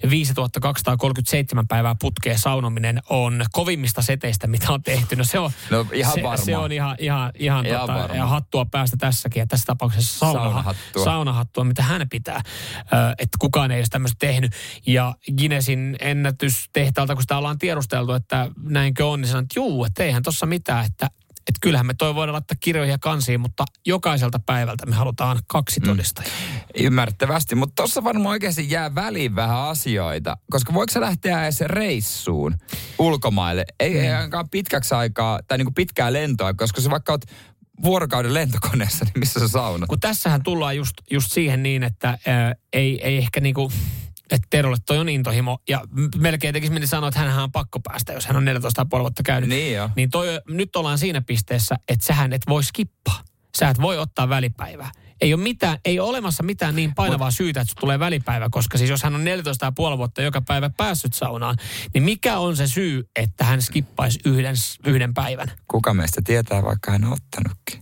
Speaker 3: 5237 päivää putkeen saunominen on kovimmista seteistä, mitä on tehty. No se on,
Speaker 2: ihan varmaan.
Speaker 3: Se on ihan ja hattua päästä tässäkin. Ja tässä tapauksessa saunahattua, mitä hän pitää. Että kukaan ei ole tämmöistä tehnyt. Ja Guinnessin ennätystehtaalta, kun sitä ollaan tiedusteltu, että näinkö on, niin sanon, että juu, että eihän tossa mitään, että kyllähän me voidaan laittaa kirjoihin ja kansiin, mutta jokaiselta päivältä me halutaan 2 todistajaa.
Speaker 2: Ymmärrettävästi, mutta tuossa varmaan oikeasti jää väliin vähän asioita, koska voiko sä lähteä edes reissuun ulkomaille? Ei ainakaan pitkäksi aikaa, tai niin kuin pitkää lentoa, koska sä vaikka oot vuorokauden lentokoneessa, niin missä sä saunat?
Speaker 3: Kun tässähän tullaan just siihen niin, että ei ehkä niinku... Että Terolle toi on intohimo. Ja melkein tekisi meni sanoa, että hänhän on pakko päästä, jos hän on 14,5 vuotta käynyt. Niin nyt ollaan siinä pisteessä, että sähän et voi skippaa. Sä et voi ottaa välipäivää. Ei ole olemassa mitään niin painavaa syytä, että tulee välipäivä, koska siis jos hän on 14,5 vuotta joka päivä päässyt saunaan, niin mikä on se syy, että hän skippaisi yhden päivän?
Speaker 2: Kuka meistä tietää, vaikka hän on ottanutkin?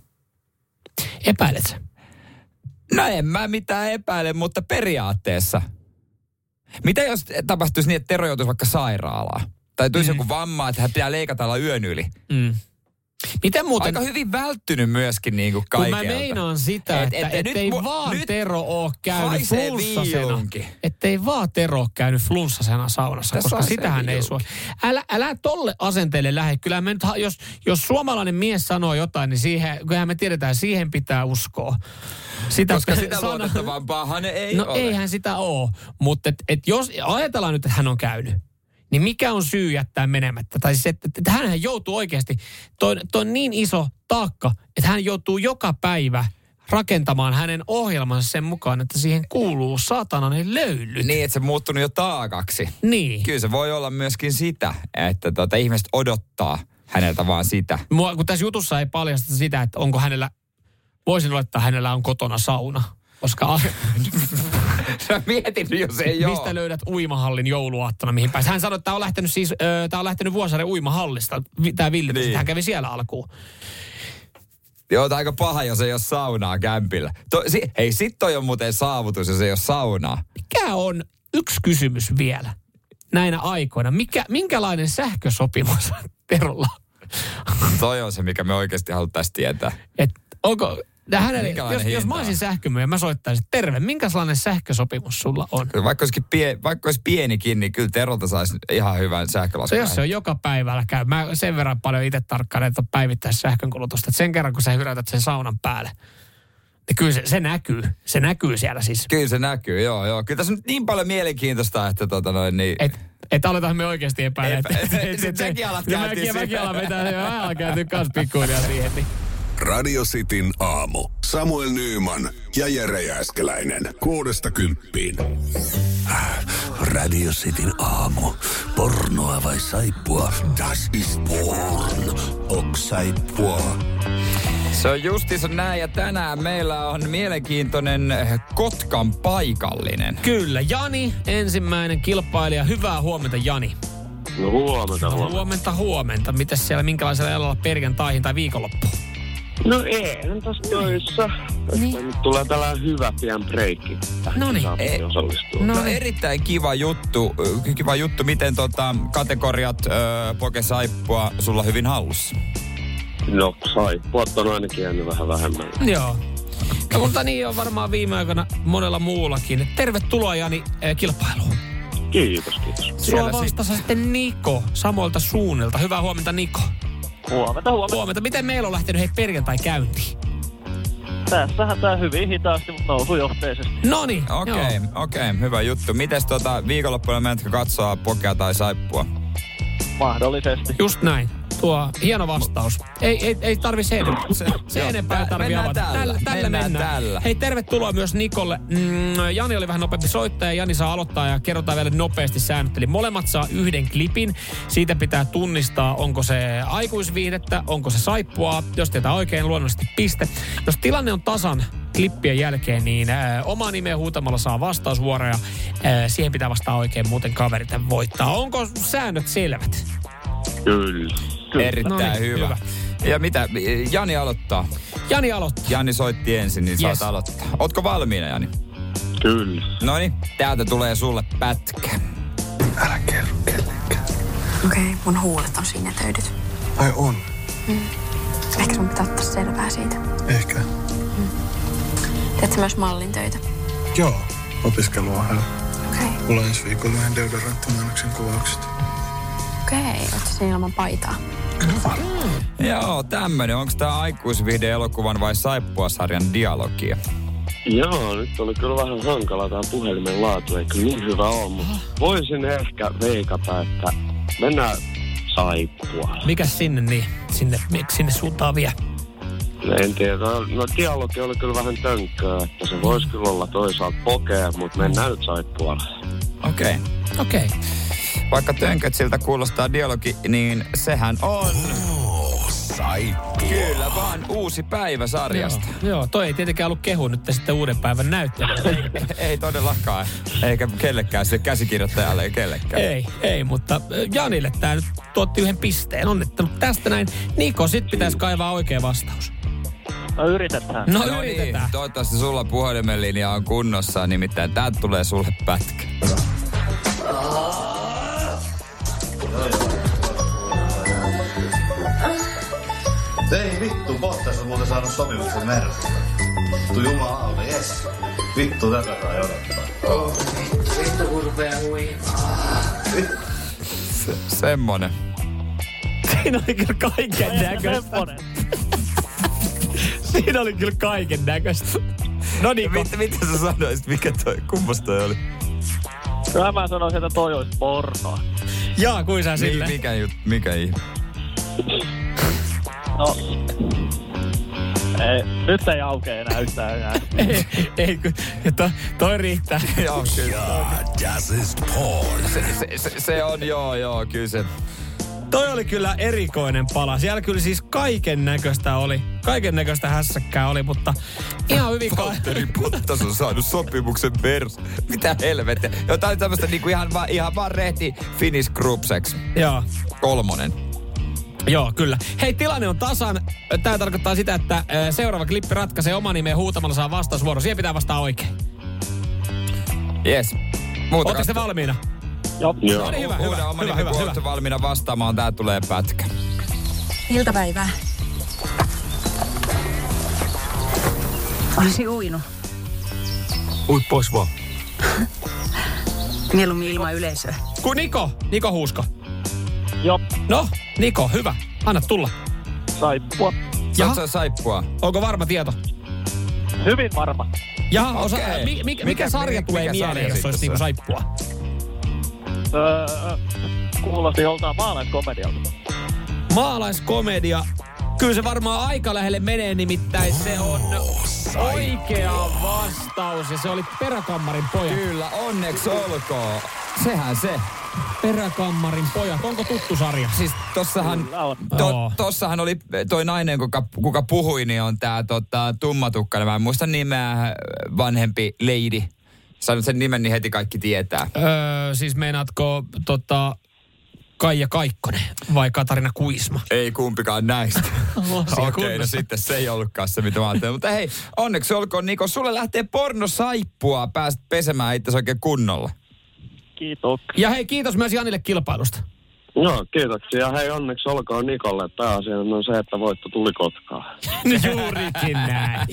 Speaker 3: Epäilet sä?
Speaker 2: No en mä mitään epäile, mutta periaatteessa... Mitä jos tapahtuisi niin, että Tero joutuisi vaikka sairaalaan? Tai tulisi joku vamma, että hän pitää leikata yön yli?
Speaker 3: Miten muuten...
Speaker 2: Aika hyvin välttynyt myöskin niin kuin kaikelta.
Speaker 3: Kun mä meinaan sitä, ettei vaan Tero ole käynyt flunssasena. Ettei vaan Tero ole käynyt flunssasena saunassa, koska sitähän ei sua... Älä tolle asenteelle lähde. Kyllä me nyt, jos suomalainen mies sanoo jotain, niin kyllähän me tiedetään, siihen pitää uskoa.
Speaker 2: Koska sitä luotettavampaahan ei ole.
Speaker 3: No eihän sitä ole, mutta jos ajatellaan nyt, että hän on käynyt, niin mikä on syy jättää menemättä? Tai siis, että hänhän joutuu oikeasti, toi on niin iso taakka, että hän joutuu joka päivä rakentamaan hänen ohjelmansa sen mukaan, että siihen kuuluu saatanainen löylyt.
Speaker 2: Niin, että se muuttunut jo taakaksi.
Speaker 3: Niin.
Speaker 2: Kyllä se voi olla myöskin sitä, että ihmiset odottaa häneltä vaan sitä.
Speaker 3: Kun tässä jutussa ei paljasta sitä, että onko hänellä, voisin olettaa, että hänellä on kotona sauna. Koska...
Speaker 2: Sä mietin, jos ei ole.
Speaker 3: Mistä löydät uimahallin jouluaattona, mihin pääsi? Hän sanoi, että tämä on lähtenyt Vuosaaren uimahallista. Tämä Ville, niin. Hän kävi siellä alkuun.
Speaker 2: Joo, tämä aika paha, jos ei ole saunaa kämpillä. Hei, sit toi on muuten saavutus, jos ei ole saunaa.
Speaker 3: Mikä on yksi kysymys vielä näinä aikoina? Minkälainen sähkösopimus Terolla?
Speaker 2: Toi on se, mikä me oikeasti haluttaisiin tietää.
Speaker 3: Onko... Jos mä olisin sähkömyyjä, mä soittaisin, terve, minkälainen sähkösopimus sulla on?
Speaker 2: Vaikka olisi pienikin, niin kyllä Terolta saisi ihan hyvän sähkölaskun.
Speaker 3: Jos se on joka päivällä käy. Mä sen verran paljon itse tarkkailen, että päivittäisi sähkönkulutusta. Että sen kerran, kun sä hyrätät sen saunan päälle, niin kyllä se näkyy. Se näkyy siellä siis. Kyllä
Speaker 2: se näkyy, joo. Kyllä tässä on niin paljon mielenkiintoista, että niin...
Speaker 3: Että aletaan me oikeasti epäillä.
Speaker 2: Säkin alat kääntyä.
Speaker 3: Mäkin alan vetää, mä alan kääntyä kans pikkuhiljaa siihen, niin...
Speaker 1: Radio Cityn aamu. Samuel Nyyman ja Jere Jääskeläinen. 6–10. Radio Cityn aamu. Pornoa vai saippua? Das ist porn. Ok saippua.
Speaker 2: Se on justiinsa näin ja tänään meillä on mielenkiintoinen Kotkan paikallinen.
Speaker 3: Kyllä, Jani, ensimmäinen kilpailija. Hyvää huomenta, Jani.
Speaker 4: No
Speaker 3: huomenta. Mites siellä, minkälaisella elalla perjantaihin tai viikonloppuun?
Speaker 4: No eihän tässä töissä. Niin. Nyt tulee tällainen hyvä pian breikki.
Speaker 3: Noniin.
Speaker 2: No erittäin kiva juttu. Miten kategoriat pokesaippua sulla hyvin hallussa?
Speaker 4: No saippuat on ainakin jäänyt vähän vähemmän.
Speaker 3: Joo. No, mutta niin on varmaan viime aikoina monella muullakin. Tervetuloa Jani kilpailuun.
Speaker 4: Kiitos.
Speaker 3: Sua vastasi sitten Niko samoilta suunnilta. Hyvää huomenta Niko. Huomenta. Miten meillä on lähtenyt perjantai käyntiin?
Speaker 5: Tässähän tää hyvin hitaasti, mutta nousujohteisesti.
Speaker 3: Noniin.
Speaker 2: Okei. Hyvä juttu. Mites viikonloppuna menetkö katsoa pokea tai saippua?
Speaker 5: Mahdollisesti.
Speaker 3: Just näin. Tuo hieno vastaus. Ei tarvi se enempää tarvii avata. Tällä mennään. Hei, tervetuloa myös Nikolle. Jani oli vähän nopeampi soittaja. Jani saa aloittaa ja kerrotaan vielä nopeasti säännöt. Eli molemmat saa yhden klipin. Siitä pitää tunnistaa, onko se aikuisviihdettä, onko se saippua. Jos tietää oikein, luonnollisesti piste. Jos tilanne on tasan klippien jälkeen, niin omaa nimeä huutamalla saa vastausvuoroja. Siihen pitää vastaa oikein, muuten kaverit voittaa. Onko säännöt selvät?
Speaker 4: Kyllä.
Speaker 2: Erittäin hyvä. Ja mitä? Jani aloittaa.
Speaker 3: Jani aloittaa.
Speaker 2: Jani soitti ensin, niin saat aloittaa. Ootko valmiina, Jani?
Speaker 4: Kyllä.
Speaker 2: Noniin, täältä tulee sulle pätkä.
Speaker 1: Älä kerro kellekään.
Speaker 6: Okei, mun huulet on sinetöidyt.
Speaker 1: Ai on?
Speaker 6: Ehkä sun pitää ottaa selvää siitä.
Speaker 1: Ehkä.
Speaker 6: Teetkö myös mallin töitä?
Speaker 1: Joo, opiskeluohjelma.
Speaker 6: Okei.
Speaker 1: Mulla on ensi viikolla yhden deodoranttimainoksen kuvaukset.
Speaker 6: Okei, ootko sen ilman paitaa?
Speaker 2: Joo, tämmönen. Onko tää aikuisviihde-elokuvan vai Saippua-sarjan dialogia?
Speaker 4: Joo, nyt oli kyllä vähän hankala tää puhelimen laatu, ei kyllä niin hyvä ole, mutta voisin ehkä veikata, että mennään Saippualle.
Speaker 3: Mikäs sinne niin? Sinne suuntaan vie?
Speaker 4: En tiedä, no dialogi oli kyllä vähän tönkköä, että se voisi kyllä olla toisaalta pokea, mutta mennään nyt Saippualle.
Speaker 2: Okei. Vaikka tönkät siltä kuulostaa dialogi, niin sehän on...
Speaker 1: Saippua.
Speaker 2: Kyllä vaan uusi päivä sarjasta.
Speaker 3: Joo, toi ei tietenkään ollut kehu nyt sitten uuden päivän näyttely.
Speaker 2: Ei todellakaan. Eikä kellekään, se käsikirjoittajalle ei kellekään.
Speaker 3: Ei, mutta Janille tää nyt tuotti yhden pisteen. Onnittelut tästä näin. Niko, sit pitäisi kaivaa oikea vastaus.
Speaker 5: No yritetään.
Speaker 3: No
Speaker 2: Niin,
Speaker 3: yritetään.
Speaker 2: toivottavasti sulla puhelimen linja on kunnossa, nimittäin täältä tulee sulle pätkä.
Speaker 7: Ei vittu, Bottas on muuten saanut sopimuksen Mersusta. Vittu jumalauta, jes. Vittu, tätä saa odottaa.
Speaker 3: Vittu kun rupeaa huimaa.
Speaker 2: Semmonen.
Speaker 3: Siinä oli kyllä kaiken näköistä. Siinä oli kyllä kaiken näköistä. No niin,
Speaker 2: Mitä sä sanoisit? Kumpas toi oli?
Speaker 5: Kyllä mä sanoisin, että toi olisi pornoa.
Speaker 3: Jaa, kuin sä silleen.
Speaker 2: Mikä ihme?
Speaker 5: No, ei, nyt ei aukea enää yhtään enää.
Speaker 3: ei toi riittää.
Speaker 2: Joo, kyllä.
Speaker 1: Das ist porn.
Speaker 2: Se on, joo, kyllä se.
Speaker 3: Toi oli kyllä erikoinen pala. Siellä kyllä siis kaiken näköistä oli. Kaiken näköistä hässäkkää oli, mutta ihan hyvin
Speaker 2: Valtteri Bottas on saanut sopimuksen Mersu. Mitä helvettiä. Joo, tää oli tämmöstä niinku ihan vaan rehti Finnish Group Sex.
Speaker 3: Joo.
Speaker 2: 3.
Speaker 3: Joo, kyllä. Hei, tilanne on tasan. Tää tarkoittaa sitä, että seuraava klippi ratkaisee oma nimeen huutamalla saa vastausvuoro. Siihen pitää vastaa oikein.
Speaker 2: Yes.
Speaker 3: Ootte te valmiina?
Speaker 5: Joo.
Speaker 3: No niin, hyvä.
Speaker 2: Oletko valmiina vastaamaan? Tää tulee pätkä.
Speaker 6: Iltapäivää. Olisi uinut.
Speaker 2: Uit pois vaan.
Speaker 6: Mieluummin ilman yleisöä.
Speaker 3: Kun Niko huusko.
Speaker 5: Joo.
Speaker 3: No, Niko, hyvä. Anna tulla.
Speaker 5: Saippua.
Speaker 3: Jaha.
Speaker 2: Saat sä saippua?
Speaker 3: Onko varma tieto?
Speaker 5: Hyvin varma.
Speaker 3: Jaha,
Speaker 2: Okei.
Speaker 3: mikä sarja tulee mieleen, jos olisi niinku Saippua?
Speaker 5: Kuulosti joltain maalaiskomedialta.
Speaker 3: Maalaiskomedia. Kyllä se varmaan aika lähelle menee, nimittäin se on oikea vastaus. Ja se oli Peräkammarin pojat.
Speaker 2: Kyllä, onneksi olkoon. Sehän se.
Speaker 3: Peräkammarin pojat. Onko tuttu sarja?
Speaker 2: Siis tossahan oli toi nainen, kuka puhui, niin on tää tummatukkainen. Mä en muista nimeä, vanhempi lady. Sanot sen nimen, niin heti kaikki tietää.
Speaker 3: Siis meinaatko Kaija Kaikkonen vai Katarina Kuisma?
Speaker 2: Ei kumpikaan näistä. Okei, no sitten se ei ollutkaan se, mitä mä ajattelin. Mutta hei, onneksi olkoon Niko. Sulle lähtee pornosaippua, pääst pesemään itse oikein kunnolla.
Speaker 5: Kiitos.
Speaker 3: Ja hei, kiitos myös Janille kilpailusta.
Speaker 4: Joo, kiitoksia. Hei, onneksi olkoon Nikolle. Pääasia on se, että voitto tuli Kotkaan.
Speaker 3: Juurikin näin.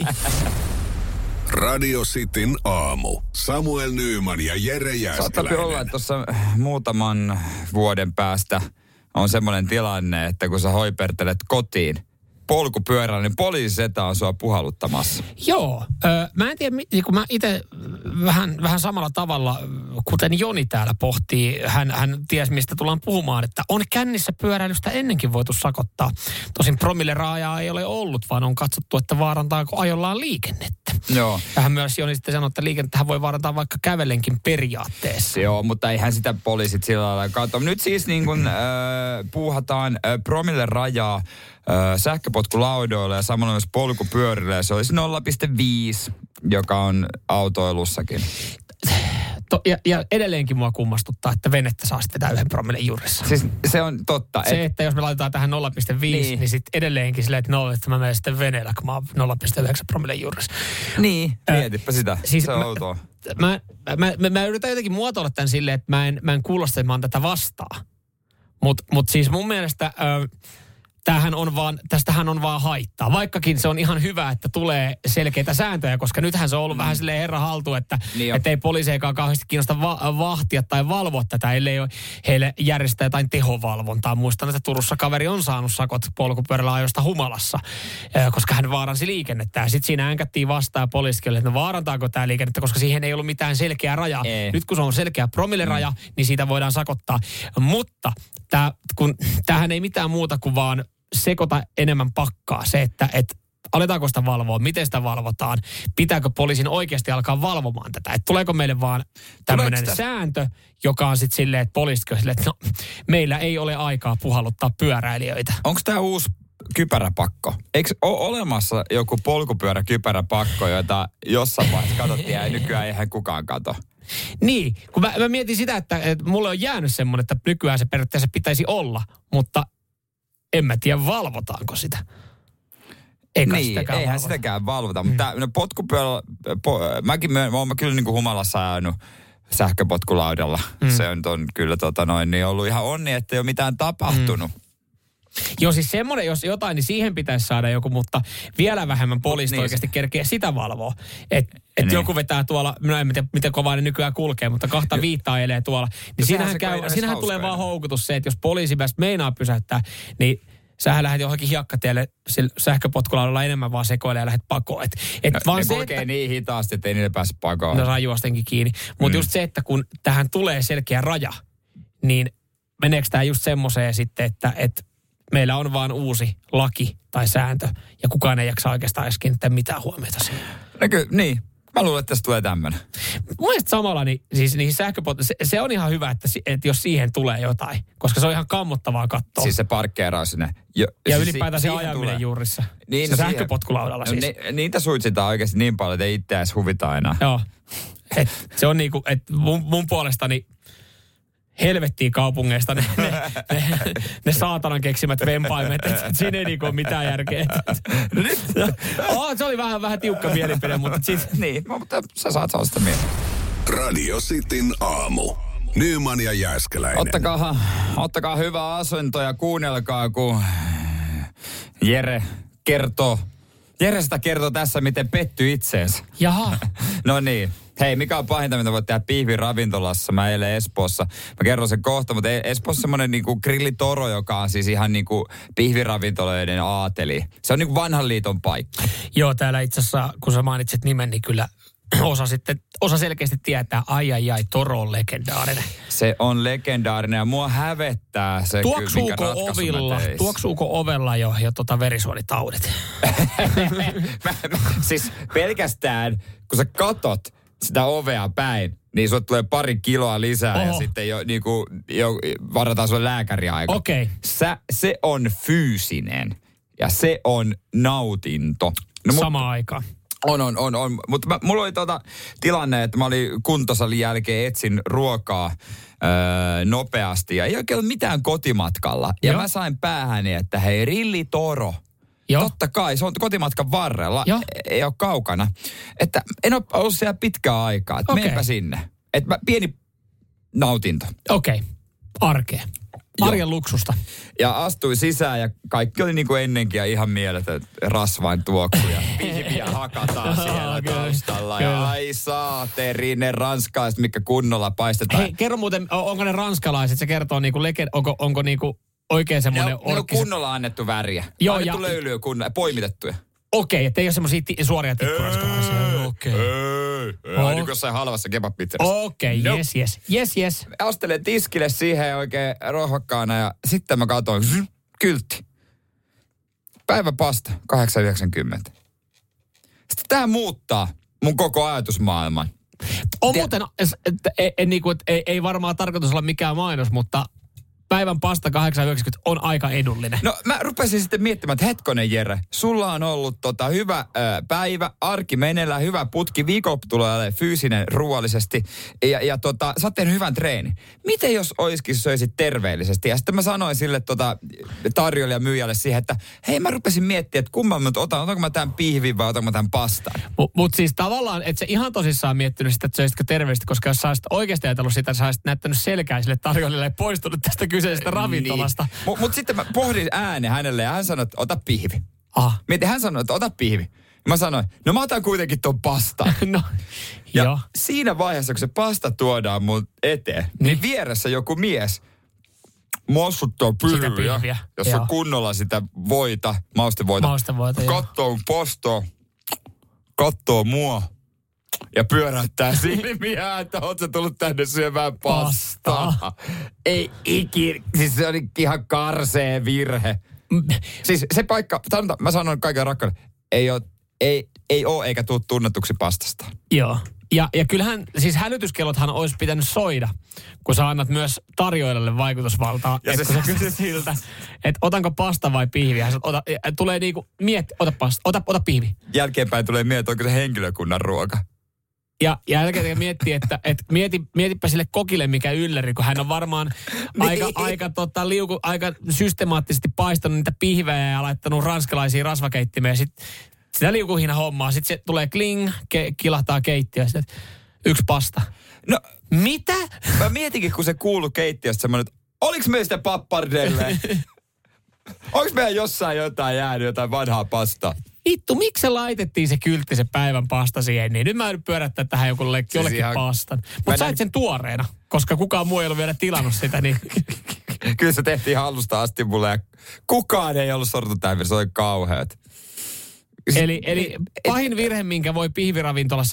Speaker 1: Radio Cityn aamu. Samuel Nyyman ja Jere
Speaker 2: Saattaa
Speaker 1: Jääskeläinen.
Speaker 2: olla, että tuossa muutaman vuoden päästä on semmoinen tilanne, että kun sä hoipertelet kotiin polkupyörällä, niin poliisisetä on sua puhalluttamassa.
Speaker 3: Joo. Mä en tiedä, kun mä itse vähän samalla tavalla, kuten Joni täällä pohtii, hän ties mistä tullaan puhumaan, että on kännissä pyöräilystä ennenkin voitu sakottaa. Tosin promilleraajaa ei ole ollut, vaan on katsottu, että vaarantaako ajollaan liikennettä.
Speaker 2: Joo.
Speaker 3: Tähän myös Joni sitten sanoi, että liikennettähän voi vaarantaa vaikka kävelenkin periaatteessa.
Speaker 2: Joo, mutta eihän sitä poliisit sillä lailla katso. Nyt siis niin kuin puuhataan promillerajaa sähköpotkulaudoilla ja samalla myös polkupyörillä. Se olisi 0,5, joka on autoilussakin.
Speaker 3: Ja edelleenkin mua kummastuttaa, että venettä saa sitten vetää 1 promillen juurissa.
Speaker 2: Siis se on totta.
Speaker 3: Se, että jos me laitetaan tähän 0,5, niin sitten edelleenkin silleen, että että mä menen sitten veneellä, kun mä oon 0,9 promillen juurissa.
Speaker 2: Niin, mietipä sitä.
Speaker 3: Siis
Speaker 2: se on outoa.
Speaker 3: Mä yritän jotenkin muotoilla tämän silleen, että mä en kuulosta, että mä oon tätä vastaan. Mut siis mun mielestä tästähän on vaan haittaa. Vaikkakin se on ihan hyvä, että tulee selkeitä sääntöjä, koska nythän se on ollut vähän silleen herra haltu, että ei poliiseikaan kauheasti kiinnosta vahtia tai valvoa tätä, ellei ole heille järjestää jotain tehovalvontaa. Muistan, että Turussa kaveri on saanut sakot polkupyörällä ajosta humalassa, koska hän vaaransi liikennettä. Sitten siinä änkättiin vastaan poliisille, että no vaarantaako tämä liikennettä, koska siihen ei ollut mitään selkeää rajaa. Nyt kun se on selkeä promilleraja, niin siitä voidaan sakottaa. Mutta tämähän ei mitään muuta kuin vaan sekoita enemmän pakkaa. Se, että aletaanko sitä valvoa, miten sitä valvotaan, pitääkö poliisin oikeasti alkaa valvomaan tätä. Että tuleeko meille vaan tämmöinen sääntö, joka on sitten silleen, että poliisikö silleen, että no, meillä ei ole aikaa puhalluttaa pyöräilijöitä.
Speaker 2: Onko tämä uusi kypäräpakko? Eikö ole olemassa joku polkupyöräkypäräpakko, jota jossain vaiheessa katsottiin ja nykyään eihän kukaan kato?
Speaker 3: Niin, kun mä mietin sitä, että mulle on jäänyt semmoinen, että nykyään se periaatteessa pitäisi olla, mutta en mä tiedä, valvotaanko sitä.
Speaker 2: Eihän sitäkään valvota. Mutta potkupyörällä, mä oon kyllä niin kuin humalassa ajanut sähköpotkulaudalla. Se on kyllä niin ollut ihan onni, että ei ole mitään tapahtunut.
Speaker 3: Joo, siis semmoinen, jos jotain, niin siihen pitäisi saada joku, mutta vielä vähemmän poliisit oikeasti kerkeä sitä valvoa. Että joku vetää tuolla, en tiedä miten kovaa ne nykyään kulkee, mutta 2-5 ajelee tuolla. Niin siinähän tulee vaan houkutus se, että jos poliisi meinaa pysäyttää, niin sähän lähdet johonkin hiekkatielle sähköpotkulaudalla enemmän vaan sekoilee ja lähdet pakoon.
Speaker 2: Ne kulkee niin hitaasti, että ei niille pääse pakoon.
Speaker 3: No saa juostenkin kiinni. Mutta just se, että kun tähän tulee selkeä raja, niin meneekö tämä just semmoiseen sitten, että meillä on vaan uusi laki tai sääntö, ja kukaan ei jaksa oikeastaan edes kiinnittää mitään huomiota siihen.
Speaker 2: Niin. Mä luulen, että tästä tulee tämmöinen.
Speaker 3: Mun mielestä samalla, siis niihin se on ihan hyvä, että jos siihen tulee jotain, koska se on ihan kammottavaa katsoa.
Speaker 2: Siis se parkkeeraus sinne.
Speaker 3: Ja siis ylipäätään se ajaminen tulee juurissa. Niin, se sähköpotkulaudalla siis.
Speaker 2: Niitä suitsitaan oikeasti niin paljon, että ei itse edes huvita enää.
Speaker 3: Joo. Se on niinku, että mun puolestani helvettiin kaupungeista ne saatanan keksimät vempaimet. Siinä ei niinku ole mitään järkeä. Se oli vähän tiukka mielipide, mutta
Speaker 2: niin, mutta sä saat sitä mieltä.
Speaker 1: Radio Cityn aamu. Nyman ja Jääskeläinen.
Speaker 2: Ottakaa hyvä asento ja kuunnelkaa, kun Jere sitä kertoo tässä, miten petty itseensä.
Speaker 3: Jaha.
Speaker 2: No niin. Hei, mikä on pahinta, mitä voit tehdä pihviravintolassa? Mä eilen Espoossa. Mä kerron sen kohta, mutta Espoossa semmoinen niinku grillitoro, joka on siis ihan niinku pihviravintoloiden aateli. Se on niinku vanhan liiton paikka.
Speaker 3: Joo, täällä itse asiassa, kun sä mainitsit nimen, niin kyllä osa selkeästi tietää, ai, Toro on legendaarinen.
Speaker 2: Se on legendaarinen ja mua hävettää se,
Speaker 3: Tuoksuuko ovella jo verisuonitaudit?
Speaker 2: Siis pelkästään, kun sä katot sitä ovea päin, niin sulle tulee 2 kiloa lisää ja sitten jo varataan sulle lääkäriaika.
Speaker 3: Okei.
Speaker 2: Se on fyysinen ja se on nautinto.
Speaker 3: Samaan aikaan.
Speaker 2: On. Mutta mulla oli tilanne, että mä olin kuntosalin jälkeen etsin ruokaa nopeasti ja ei oikein ole mitään kotimatkalla. Ja mä sain päähäni, että hei, grillitoro. Joo. Totta kai, se on kotimatkan varrella, ei ole kaukana. Että en ole ollut siellä pitkää aikaa, että menepä sinne. Että pieni nautinto.
Speaker 3: Okei. Arkea. Arjen luksusta.
Speaker 2: Ja astuin sisään ja kaikki oli niin kuin ennenkin ja ihan mieletön rasvain tuoksu ja pihviä hakataan siellä taustalla. Ja ai saateri, ne ranskalaiset, mitkä kunnolla paistetaan.
Speaker 3: Hei, kerro muuten, onko ne ranskalaiset, se kertoo niinku onko niinku oikein semmoinen
Speaker 2: ne on kunnolla annettu väriä.
Speaker 3: Joo,
Speaker 2: annettu löylyä kunnolla, poimitettuja.
Speaker 3: Okei, ettei ole semmoisia suoria tikkuranskalaisia.
Speaker 2: Okei. Aina kuin jossain halvassa kebab-pizzerissa.
Speaker 3: Okei, yes.
Speaker 2: Astelen tiskille siihen oikein rohvakkaana ja sitten mä katsoin, kyltti. Päiväpasta, 8,90. Sitten tää muuttaa mun koko ajatusmaailman.
Speaker 3: On muuten, ei varmaan tarkoitus olla mikään mainos, mutta päivän pasta 8,90 on aika edullinen.
Speaker 2: No mä rupesin sitten miettimään, että hetkonen Jere, sulla on ollut hyvä päivä, arki meneillään, hyvä putki, viikonloppu tulee fyysinen ruoallisesti ja sä oot tehnyt hyvän treenin. Miten jos oiskin söisit terveellisesti? Ja sitten mä sanoin sille tarjolle ja myyjälle siihen, että hei mä rupesin miettimään, että kumman mä otanko mä tämän pihvin vai otanko mä tämän pastan?
Speaker 3: Mutta siis tavallaan, että se ihan tosissaan miettinyt sitä, että söisitkö terveellisesti, koska jos sä olisit oikeasti ajatellut sitä, sä olisit näyttänyt selkää sille tarjolle ja poistunut tästä kyseisestä ravintolasta.
Speaker 2: Niin. Mutta sitten mä pohdin ääneen hänelle ja hän sanoi, että ota pihvi. Mietin, hän sanoi, että ota pihvi. Mä sanoin, no mä otan kuitenkin ton pastan.
Speaker 3: No,
Speaker 2: ja
Speaker 3: joo.
Speaker 2: siinä vaiheessa, kun se pasta tuodaan mun eteen, niin vieressä joku mies mossuttaa pihviä, jos on kunnolla sitä maustevoita. Kattoo pastaa, kattoo mua ja pyöräyttää silmiä, että oot sä tullut tänne syömään pastaa. Ei ikinä, siis se oli ihan karsee virhe. Siis se paikka, mä sanon kaiken rakkauden, ei oo eikä tuu tunnetuksi pastasta.
Speaker 3: Joo. Ja kyllähän, siis hälytyskellothan olisi pitänyt soida, kun sä annat myös tarjoilijalle vaikutusvaltaa. Ja kun sä kysyt siltä, että otanko pasta vai pihviä. Tulee niinku, ota pasta, ota pihvi. Jälkeenpäin
Speaker 2: tulee mieltä, onko se henkilökunnan ruoka.
Speaker 3: Ja jälkeen miettii, että mietipä sille kokille mikä ylläri, kun hän on varmaan aika systemaattisesti paistanut niitä pihvejä ja laittanut ranskalaisia rasvakeittimeen. Sitä liukuhina hommaa. Sitten se tulee kling, kilahtaa keittiö. Sitten yksi pasta.
Speaker 2: No,
Speaker 3: mitä?
Speaker 2: Mä mietinkin, kun se kuului keittiöstä semmoinen, että oliks meistä pappardeille? Onks meidän jossain jotain vanhaa pastaa?
Speaker 3: Vittu, miksi se laitettiin se kyltti, se päivän pasta siihen? Niin nyt mä yritän pyörättää tähän jollekin pastan. Mutta sait sen tuoreena, koska kukaan muu ei ollut vielä tilannut sitä. Niin.
Speaker 2: Kyllä se tehtiin hallusta asti mulle ja kukaan ei ollut sortu tähän, se oli kauheat.
Speaker 3: Eli pahin virhe, minkä voi pihviravintolassa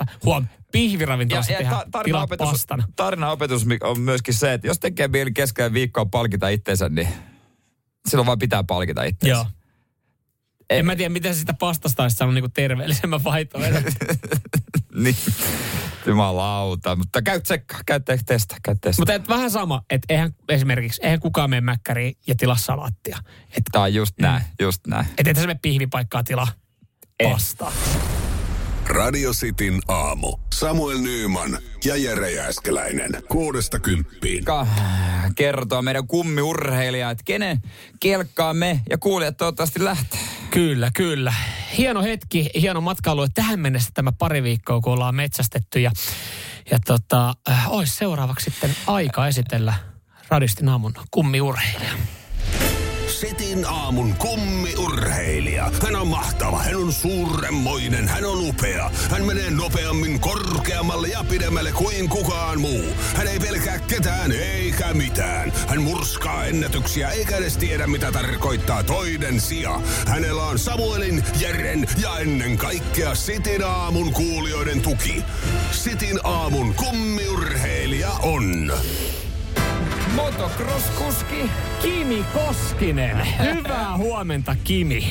Speaker 3: tehdä, tilaa pastan.
Speaker 2: Tarinaopetus on myöskin se, että jos tekee mieli keskellä viikkoa palkita itseensä, niin silloin vaan pitää palkita itseensä.
Speaker 3: Joo. En mä tiedä, miten se sitä pastasta olisi saanut niinku terveellisemmän vaihtoehdon.
Speaker 2: Niin, jumalauta. Mutta käy testaa.
Speaker 3: Mutta vähän sama, että eihän kukaan mene mäkkäriin ja tilaa salaattia.
Speaker 2: Tämä on just näin.
Speaker 3: Että et sä mene pihvipaikkaa tilaa pastaa.
Speaker 1: Radio Cityn aamu. Samuel Nyyman ja Jere Jääskeläinen. 6–10.
Speaker 2: Kertoo meidän kummiurheilija, että kenen kelkkaa me ja kuulijat toivottavasti lähtee.
Speaker 3: Kyllä. Hieno hetki, hieno matkailu. Tähän mennessä tämä pari viikkoa, kun ollaan metsästetty. Ja olisi seuraavaksi sitten aika esitellä Radio Cityn aamun kummiurheilija.
Speaker 1: Cityn aamun kummiurheilija. Hän on mahtava, hän on suuremmoinen, hän on upea. Hän menee nopeammin, korkeammalle ja pidemmälle kuin kukaan muu. Hän ei pelkää ketään eikä mitään. Hän murskaa ennätyksiä eikä edes tiedä mitä tarkoittaa toinen sija. Hänellä on Samuelin, Jeren ja ennen kaikkea Cityn aamun kuulijoiden tuki. Cityn aamun kummiurheilija on...
Speaker 3: Motocross-kuski Kimi Koskinen. Hyvää huomenta, Kimi.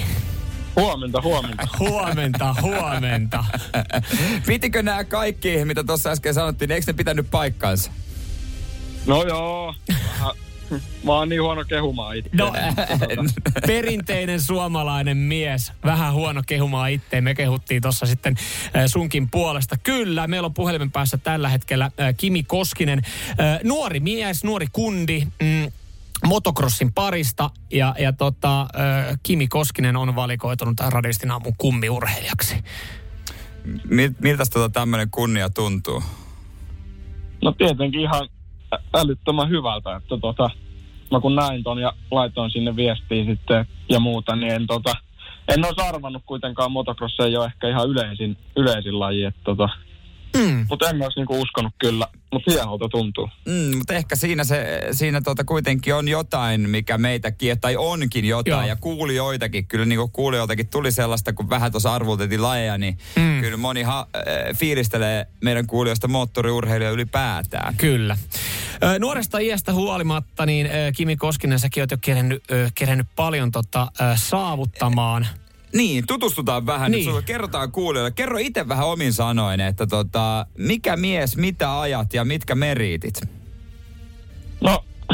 Speaker 3: Huomenta.
Speaker 2: Pitikö nämä kaikki, mitä tuossa äsken sanottiin, eikö ne pitänyt paikkaansa?
Speaker 5: No joo. Mä oon niin huono kehumaan itse.
Speaker 3: No, perinteinen suomalainen mies. Vähän huono kehumaan itteen. Me kehuttiin tuossa sitten sunkin puolesta. Kyllä, meillä on puhelimen päässä tällä hetkellä Kimi Koskinen. Nuori mies, nuori kundi. Motocrossin parista ja Kimi Koskinen on valikoitunut Radio Cityn aamun kummiurheilijaksi.
Speaker 2: Miltä tämmöinen kunnia tuntuu?
Speaker 5: No tietenkin ihan älyttömän hyvältä, että mä kun näin ton ja laitoin sinne viestiä sitten ja muuta, niin en olisi arvannut kuitenkaan, motocross ei ole ehkä ihan yleisin laji, että mutta en olisi niinku uskonut kyllä, mutta hienolta tuntuu.
Speaker 2: Mutta ehkä siinä kuitenkin on jotain, mikä meitä tai onkin jotain. Joo. Ja kuulijoitakin, kyllä niinku kuulijoitakin tuli sellaista, kun vähän tuossa arvuutettiin lajeja, niin kyllä moni fiilistelee meidän kuulijoista moottoriurheilija ylipäätään.
Speaker 3: Kyllä. Nuoresta iästä huolimatta, niin Kimi Koskinen, säkin oot jo kerennyt paljon saavuttamaan.
Speaker 2: Niin, tutustutaan vähän. Niin. Nyt kerrotaan kuulijoille. Kerro itse vähän omin sanoin, että mikä mies, mitä ajat ja mitkä meriitit?
Speaker 5: No,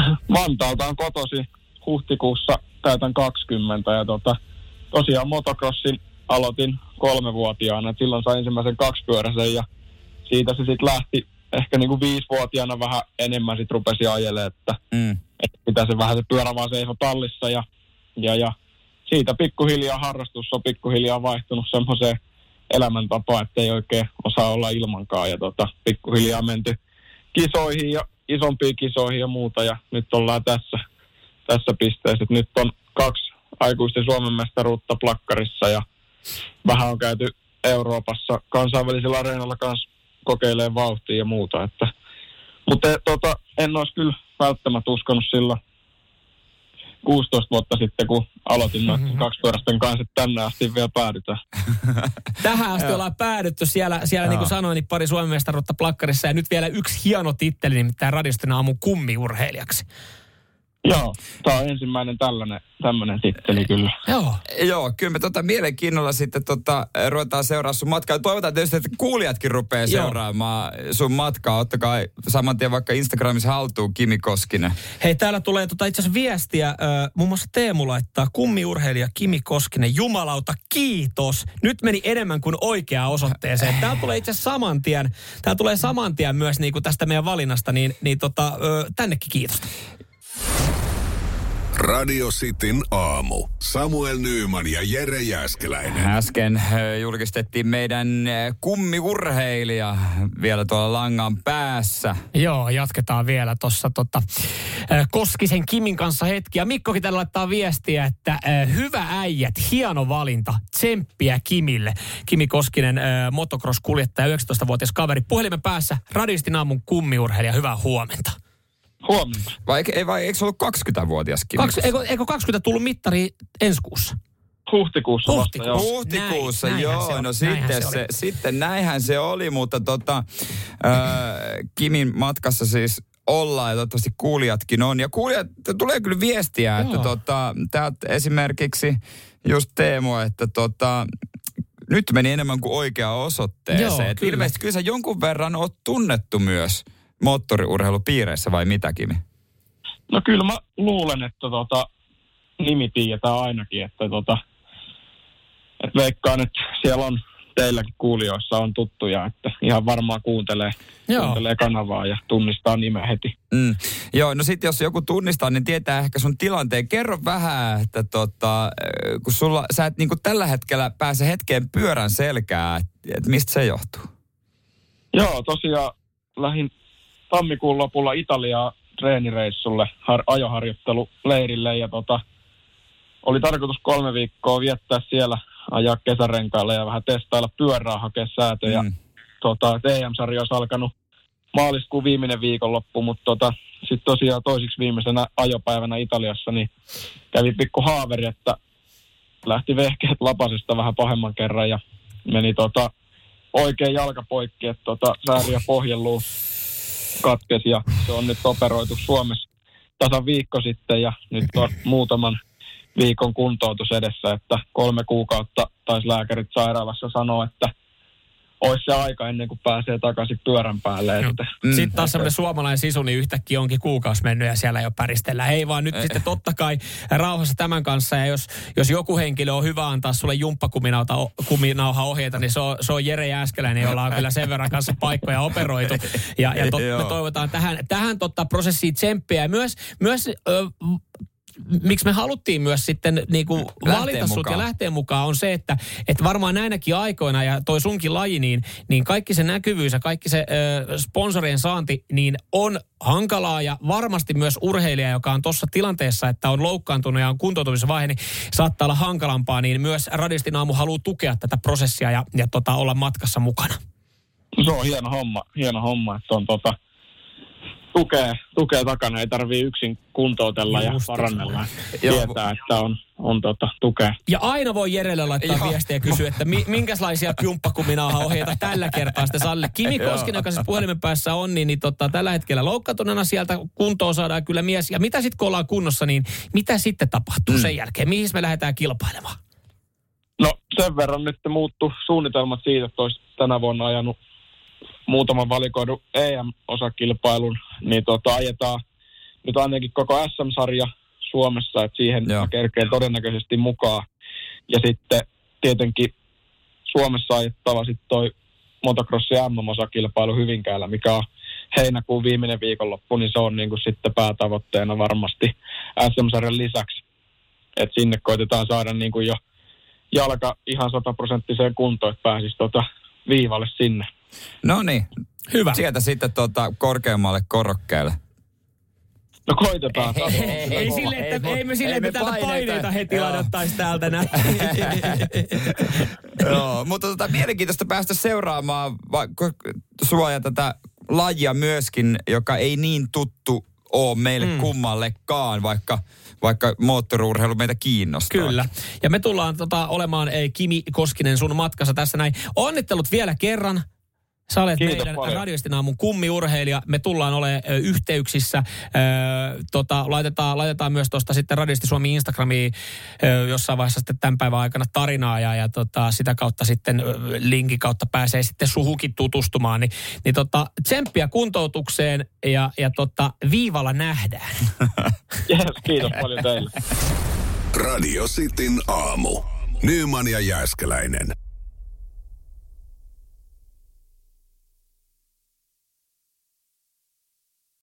Speaker 5: Vantaalta on kotosi. Huhtikuussa täytän 20 ja tosiaan motocrossin aloitin 3-vuotiaana. Silloin sain ensimmäisen 2-pyöräisen ja siitä se sitten lähti ehkä niin kuin 5-vuotiaana vähän enemmän sitten rupesi ajelemaan, että pitää se vähän se pyörä vaan seiso tallissa ja siitä pikkuhiljaa harrastus on pikkuhiljaa vaihtunut semmoiseen elämäntapaan, että ei oikein osaa olla ilmankaan ja pikkuhiljaa menty kisoihin ja isompiin kisoihin ja muuta ja nyt ollaan tässä pisteessä. Nyt on 2 aikuisten Suomen mestaruutta plakkarissa ja vähän on käyty Euroopassa kansainvälisillä areenoilla kanssa kokeilemaan vauhtia ja muuta. Mutta en olisi kyllä välttämättä uskonut silloin 16 vuotta sitten, kun aloitin noiden 2-pyöräisten kanssa, että tänne asti vielä päädytään.
Speaker 3: Tähän asti ollaan päädytty. Siellä niin kuin sanoin, niin pari Suomen mestaruutta plakkarissa ja nyt vielä yksi hieno titteli, nimittäin Radistin aamun kummiurheilijaksi.
Speaker 5: Joo, tämä on ensimmäinen tämmöinen titteli kyllä.
Speaker 2: Joo, kyllä me mielenkiinnolla sitten ruvetaan seuraamaan sun matkaa. Toivotaan tietysti, että kuulijatkin rupeaa seuraamaan sun matkaa. Ottakaa saman tien vaikka Instagramissa haltuun Kimi Koskinen.
Speaker 3: Hei, täällä tulee itse asiassa viestiä. Muun muassa Teemu laittaa kummiurheilija Kimi Koskinen. Jumalauta, kiitos. Nyt meni enemmän kuin oikeaan osoitteeseen. Täällä tulee itse asiassa saman tien myös niin kuin tästä meidän valinnasta, niin tännekin kiitos.
Speaker 1: Radio Cityn aamu. Samuel Nyyman ja Jere Jääskeläinen.
Speaker 2: Äsken julkistettiin meidän kummiurheilija vielä tuolla langan päässä.
Speaker 3: Joo, jatketaan vielä tuossa Koskisen Kimin kanssa hetki. Ja Mikkokin täällä laittaa viestiä, että hyvä äijät, hieno valinta, tsemppiä Kimille. Kimi Koskinen, motocross-kuljettaja, 19-vuotias kaveri. Puhelimen päässä, Radistin aamun kummiurheilija, hyvää huomenta.
Speaker 5: Huomenta.
Speaker 2: Vai eikö se ollut 20-vuotias Kimi?
Speaker 3: Eikö 20 tullut mittari ensi kuussa?
Speaker 5: Huhtikuussa.
Speaker 2: Huhtikuussa, joo. No sitten näinhän se oli, mutta Kimin matkassa siis ollaan ja toivottavasti kuulijatkin on. Ja kuulijat, tulee kyllä viestiä, että täältä esimerkiksi just Teemu, että nyt meni enemmän kuin oikeaan osoitteeseen. Joo, kyllä. Ilmeisesti kyllä sä jonkun verran oot tunnettu myös moottoriurheilupiireissä vai mitä, Kimi?
Speaker 5: No kyllä mä luulen, että nimi tiedetään ainakin, että veikkaan, että siellä on teilläkin kuulijoissa on tuttuja, että ihan varmaan kuuntelee kanavaa ja tunnistaa nimeä heti.
Speaker 2: Joo, no sitten jos joku tunnistaa, niin tietää ehkä sun tilanteen. Kerro vähän, että kun sä et niinku tällä hetkellä pääse hetkeen pyörän selkään, että mistä se johtuu?
Speaker 5: Joo, tosiaan lähdin tammikuun lopulla Italiaan treenireissulle, ajoharjoitteluleirille ja oli tarkoitus 3 viikkoa viettää siellä, ajaa kesärenkaille ja vähän testailla pyörää, hakea säätöjä. TM-sarja olisi alkanut maaliskuun viimeinen viikonloppu, mutta sitten tosiaan toisiksi viimeisenä ajopäivänä Italiassa niin kävi pikku haaveri, että lähti vehkeet lapasesta vähän pahemman kerran ja meni oikein jalka poikki, että sääri ja pohjeluu katkesi ja se on nyt operoitu Suomessa tasan viikko sitten ja nyt on muutaman viikon kuntoutus edessä, että 3 kuukautta taisi lääkärit sairaalassa sanoa, että olisi se aika ennen kuin pääsee takaisin pyörän päälle.
Speaker 3: Sitten taas semmoinen suomalainen sisu, niin yhtäkkiä onkin kuukausi mennyt ja siellä jo päristellään. Ei vaan nyt sitten totta kai rauhassa tämän kanssa. Ja jos joku henkilö on hyvä antaa sulle jumppakuminauha ohjeita, niin se on Jere Jääskeläinen, jolla on kyllä sen verran kanssa paikkoja operoitu. Ja me toivotaan tähän prosessiin tsemppiä. Ja myös miksi me haluttiin myös sitten niinku valita sut ja lähteä mukaan on se, että varmaan näinäkin aikoina ja toi sunkin laji, niin kaikki se näkyvyys ja kaikki se sponsorien saanti, niin on hankalaa ja varmasti myös urheilija, joka on tuossa tilanteessa, että on loukkaantunut ja on kuntoutumisvaihe, niin saattaa olla hankalampaa, niin myös Radistin aamu haluaa tukea tätä prosessia ja olla matkassa mukana.
Speaker 5: Se on hieno homma, että on tukea takana, ei tarvii yksin kuntoutella ja parannella. Tietää, että on tukea.
Speaker 3: Ja aina voi Jerelle laittaa viestiä ja kysyä, että minkälaisia jumppakuminauha-ohjeita tällä kertaa sitten Salle. Kimi Koskinen, joka siis puhelimen päässä on, niin tällä hetkellä loukkaantuneena sieltä kuntoon saadaan kyllä mies. Ja mitä sitten kun ollaan kunnossa, niin mitä sitten tapahtuu sen jälkeen? Mihin me lähdetään kilpailemaan?
Speaker 5: No sen verran nyt muuttu suunnitelmat siitä, että olisi tänä vuonna ajanut muutaman valikoidun EM-osakilpailun, niin ajetaan nyt ainakin koko SM-sarja Suomessa, että siihen mä kerkeen todennäköisesti mukaan. Ja sitten tietenkin Suomessa ajettava sitten toi motocrossin MM-osakilpailu Hyvinkäällä, mikä on heinäkuun viimeinen viikonloppu, niin se on niin kuin sitten päätavoitteena varmasti SM-sarjan lisäksi. Että sinne koitetaan saada niin kuin jo jalka ihan 100% kuntoon, että pääsisi viivalle sinne.
Speaker 2: No niin.
Speaker 3: Hyvä.
Speaker 2: Sieltä sitten korkeammalle korokkeelle.
Speaker 5: No koitetaan.
Speaker 3: Ei me sille, että täältä paineita heti laitettaisiin täältä näin.
Speaker 2: Joo, mutta mielenkiintoista päästä seuraamaan sua ja tätä lajia myöskin, joka ei niin tuttu ole meille kummallekaan, vaikka moottoriurheilu meitä kiinnostaa.
Speaker 3: Kyllä. Ja me tullaan olemaan Kimi Koskinen sun matkassa tässä näin. Onnittelut vielä kerran. Sä olet meidän Radioistin aamun kummiurheilija. Me tullaan olemaan yhteyksissä. Laitetaan myös tuosta sitten Radioisti Suomi Instagramiin jossain vaiheessa sitten tämän päivän aikana tarinaa ja sitä kautta sitten linkin kautta pääsee sitten suhukin tutustumaan. Niin tsemppiä kuntoutukseen ja viivalla nähdään.
Speaker 5: Yes, kiitos paljon teille.
Speaker 1: Radio Cityn aamu. Nyman ja Jääskeläinen.